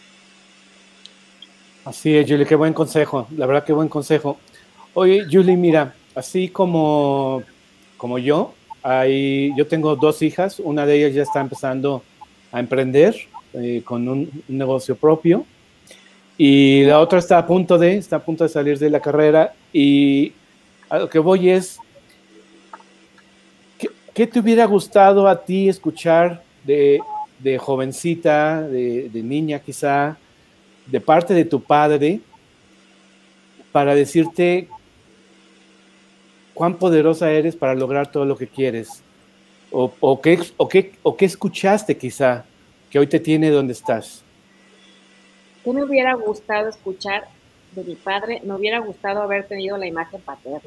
Así es, Julie, qué buen consejo, la verdad qué buen consejo. Oye, Julie, mira, así como yo tengo 2 hijas, una de ellas ya está empezando a emprender con un negocio propio, y la otra está a punto de salir de la carrera, y a lo que voy es, ¿qué te hubiera gustado a ti escuchar de jovencita, de niña quizá, de parte de tu padre, para decirte cuán poderosa eres para lograr todo lo que quieres? ¿O qué escuchaste quizá que hoy te tiene donde estás? ¿Qué me hubiera gustado escuchar de mi padre? Me hubiera gustado haber tenido la imagen paterna.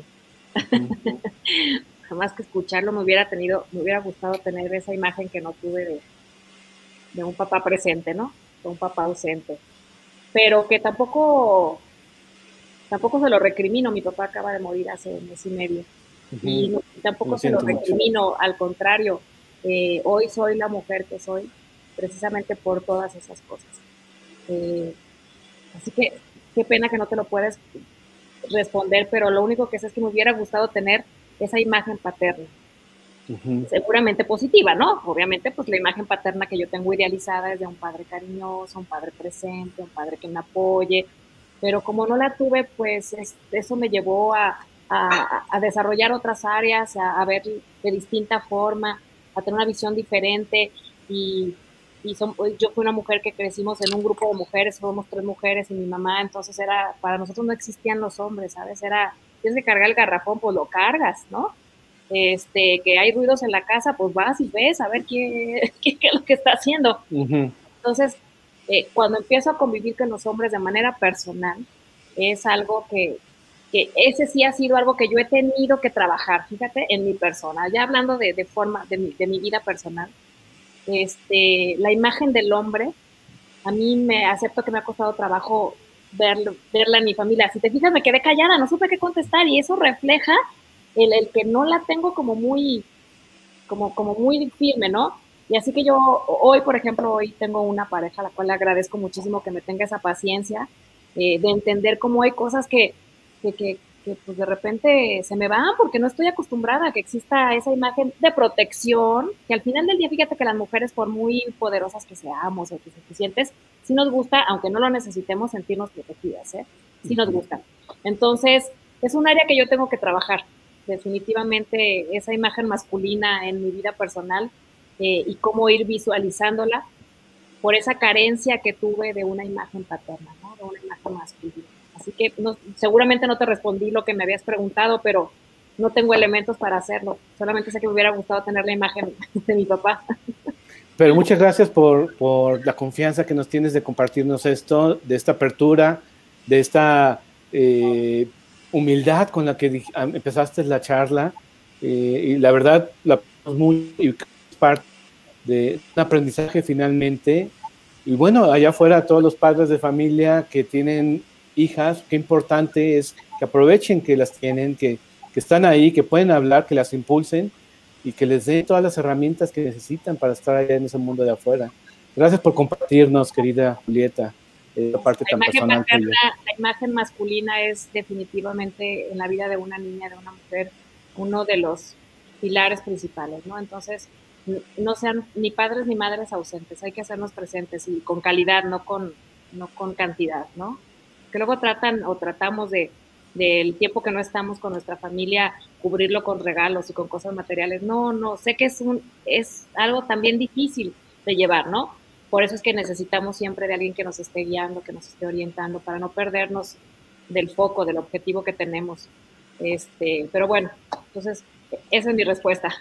Jamás que escucharlo me hubiera gustado tener esa imagen que no tuve de un papá presente, ¿no? De un papá ausente. Pero que tampoco se lo recrimino. Mi papá acaba de morir hace 1 mes y medio. Y tampoco se lo recrimino, mucho. Al contrario, hoy soy la mujer que soy precisamente por todas esas cosas. Así que qué pena que no te lo puedes responder, pero lo único que sé es que me hubiera gustado tener esa imagen paterna. Seguramente positiva, ¿no? Obviamente, pues la imagen paterna que yo tengo idealizada es de un padre cariñoso, un padre presente, un padre que me apoye, pero como no la tuve, pues eso me llevó a desarrollar otras áreas, a ver de distinta forma, a tener una visión diferente, y yo fui una mujer que crecimos en un grupo de mujeres, somos 3 mujeres y mi mamá, entonces para nosotros no existían los hombres, ¿sabes? Tienes que cargar el garrafón, pues lo cargas, ¿no? Que hay ruidos en la casa, pues vas y ves a ver qué es lo que está haciendo. Entonces, cuando empiezo a convivir con los hombres de manera personal, es algo que ese sí ha sido algo que yo he tenido que trabajar, fíjate, en mi persona. Ya hablando de mi vida personal, la imagen del hombre, a mí me acepto que me ha costado trabajo verla en mi familia. Si te fijas, me quedé callada, no supe qué contestar, y eso refleja el que no la tengo como muy firme, ¿no? Y así que yo hoy, por ejemplo, tengo una pareja a la cual le agradezco muchísimo que me tenga esa paciencia de entender cómo hay cosas que pues de repente se me van porque no estoy acostumbrada a que exista esa imagen de protección, que al final del día, fíjate que las mujeres, por muy poderosas que seamos o que suficientes, sí nos gusta, aunque no lo necesitemos, sentirnos protegidas, ¿eh? Sí nos gusta. Entonces, es un área que yo tengo que trabajar. definitivamente esa imagen masculina en mi vida personal y cómo ir visualizándola por esa carencia que tuve de una imagen paterna, ¿no? De una imagen masculina. Así que seguramente no te respondí lo que me habías preguntado, pero no tengo elementos para hacerlo. Solamente sé que me hubiera gustado tener la imagen de mi papá. Pero muchas gracias por la confianza que nos tienes de compartirnos esto, de esta apertura, de esta humildad con la que empezaste la charla. Y la verdad, la muy y es parte de un aprendizaje finalmente. Y bueno, allá afuera, todos los padres de familia que tienen hijas, qué importante es que aprovechen que las tienen, que están ahí, que pueden hablar, que las impulsen y que les den todas las herramientas que necesitan para estar allá en ese mundo de afuera. Gracias por compartirnos, querida Julieta, la parte tan personal tuya. La imagen masculina es definitivamente en la vida de una niña, de una mujer, uno de los pilares principales, ¿no? Entonces, no sean ni padres ni madres ausentes, hay que hacernos presentes y con calidad, no con cantidad, ¿no? Que luego tratamos del tiempo que no estamos con nuestra familia, cubrirlo con regalos y con cosas materiales. No, sé que es algo también difícil de llevar, ¿no? Por eso es que necesitamos siempre de alguien que nos esté guiando, que nos esté orientando, para no perdernos del foco, del objetivo que tenemos. Pero bueno, entonces, esa es mi respuesta.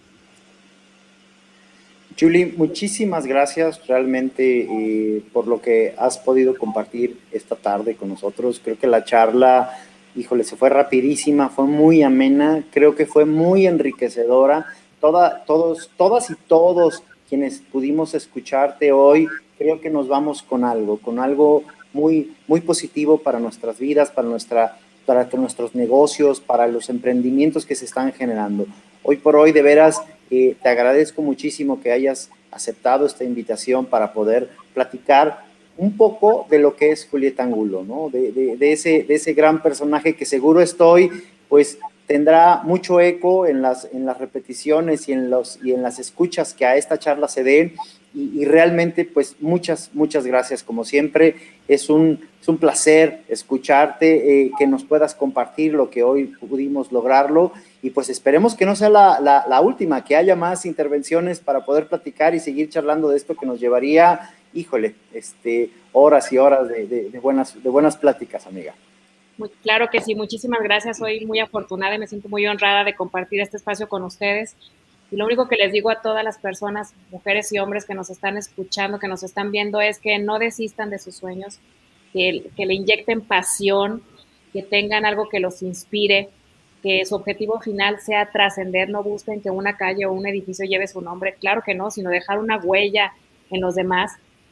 Julie, muchísimas gracias realmente por lo que has podido compartir esta tarde con nosotros. Creo que la charla, híjole, se fue rapidísima, fue muy amena, creo que fue muy enriquecedora. Todas y todos quienes pudimos escucharte hoy, creo que nos vamos con algo muy, muy positivo para nuestras vidas, para nuestros negocios, para los emprendimientos que se están generando. Hoy por hoy, de veras, te agradezco muchísimo que hayas aceptado esta invitación para poder platicar un poco de lo que es Julieta Angulo, ¿no? De ese gran personaje que seguro pues tendrá mucho eco en las repeticiones y en las escuchas que a esta charla se den. Y realmente, pues, muchas gracias, como siempre. Es un placer escucharte, que nos puedas compartir lo que hoy pudimos lograrlo. Y pues esperemos que no sea la última, que haya más intervenciones para poder platicar y seguir charlando de esto que nos llevaría, híjole, horas y horas de buenas pláticas, amiga. Claro que sí, muchísimas gracias. Soy muy afortunada y me siento muy honrada de compartir este espacio con ustedes. Y lo único que les digo a todas las personas, mujeres y hombres que nos están escuchando, que nos están viendo, es que no desistan de sus sueños, que le inyecten pasión, que tengan algo que los inspire, que su objetivo final sea trascender. No busquen que una calle o un edificio lleve su nombre, claro que no, sino dejar una huella en los demás.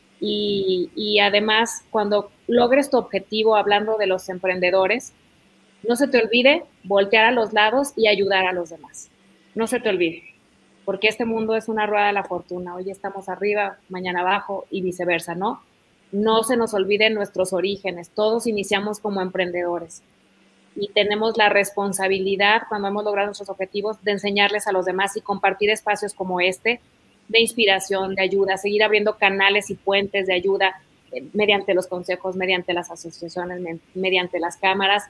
Y además, cuando logres tu objetivo, hablando de los emprendedores, no se te olvide voltear a los lados y ayudar a los demás. No se te olvide, porque este mundo es una rueda de la fortuna. Hoy estamos arriba, mañana abajo y viceversa, ¿no? No se nos olviden nuestros orígenes. Todos iniciamos como emprendedores y tenemos la responsabilidad, cuando hemos logrado nuestros objetivos, de enseñarles a los demás y compartir espacios como este, de inspiración, de ayuda, seguir abriendo canales y puentes de ayuda mediante los consejos, mediante las asociaciones, mediante las cámaras.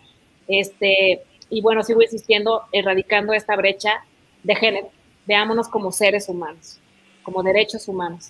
Y bueno, sigo insistiendo, erradicando esta brecha de género. Veámonos como seres humanos, como derechos humanos.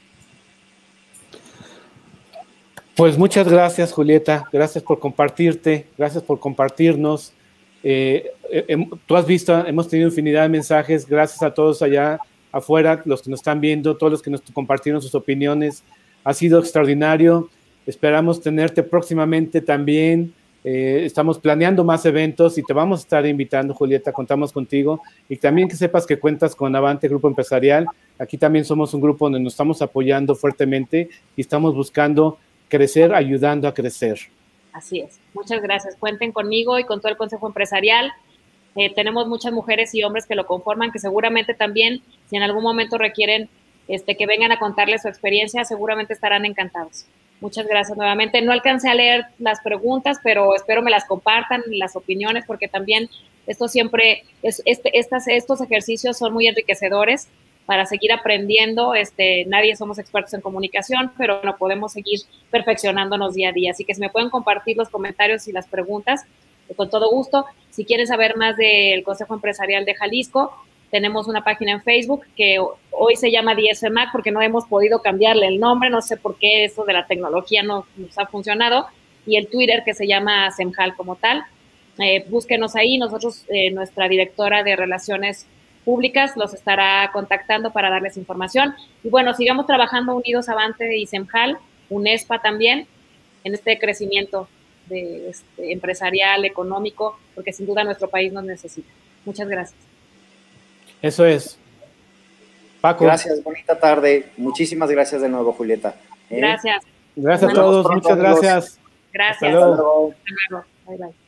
Pues muchas gracias, Julieta. Gracias por compartirte, gracias por compartirnos. Tú has visto, hemos tenido infinidad de mensajes. Gracias a todos allá afuera, los que nos están viendo, todos los que nos compartieron sus opiniones. Ha sido extraordinario. Esperamos tenerte próximamente también. Estamos planeando más eventos y te vamos a estar invitando, Julieta. Contamos contigo. Y también que sepas que cuentas con Avante Grupo Empresarial. Aquí también somos un grupo donde nos estamos apoyando fuertemente y estamos buscando crecer, ayudando a crecer. Así es. Muchas gracias. Cuenten conmigo y con todo el Consejo Empresarial. Tenemos muchas mujeres y hombres que lo conforman, que seguramente también, si en algún momento requieren que vengan a contarles su experiencia, seguramente estarán encantados. Muchas gracias nuevamente. No alcancé a leer las preguntas, pero espero me las compartan, las opiniones, porque también esto siempre, estos ejercicios son muy enriquecedores para seguir aprendiendo. Nadie somos expertos en comunicación, pero no podemos seguir perfeccionándonos día a día. Así que si me pueden compartir los comentarios y las preguntas, con todo gusto. Si quieren saber más del Consejo Empresarial de Jalisco, tenemos una página en Facebook que hoy se llama DSMAC porque no hemos podido cambiarle el nombre, no sé por qué eso de la tecnología no nos ha funcionado, y el Twitter que se llama Semjal como tal. Búsquenos ahí, nosotros, nuestra directora de Relaciones Públicas los estará contactando para darles información. Y bueno, sigamos trabajando unidos Avante y Semjal, UNESPA también, en este crecimiento empresarial, económico, porque sin duda nuestro país nos necesita. Muchas gracias. Eso es. Paco. Gracias, bonita tarde. Muchísimas gracias de nuevo, Julieta. Gracias. Gracias a todos, muchas gracias. Gracias. Hasta luego. Hasta luego. Bye, bye.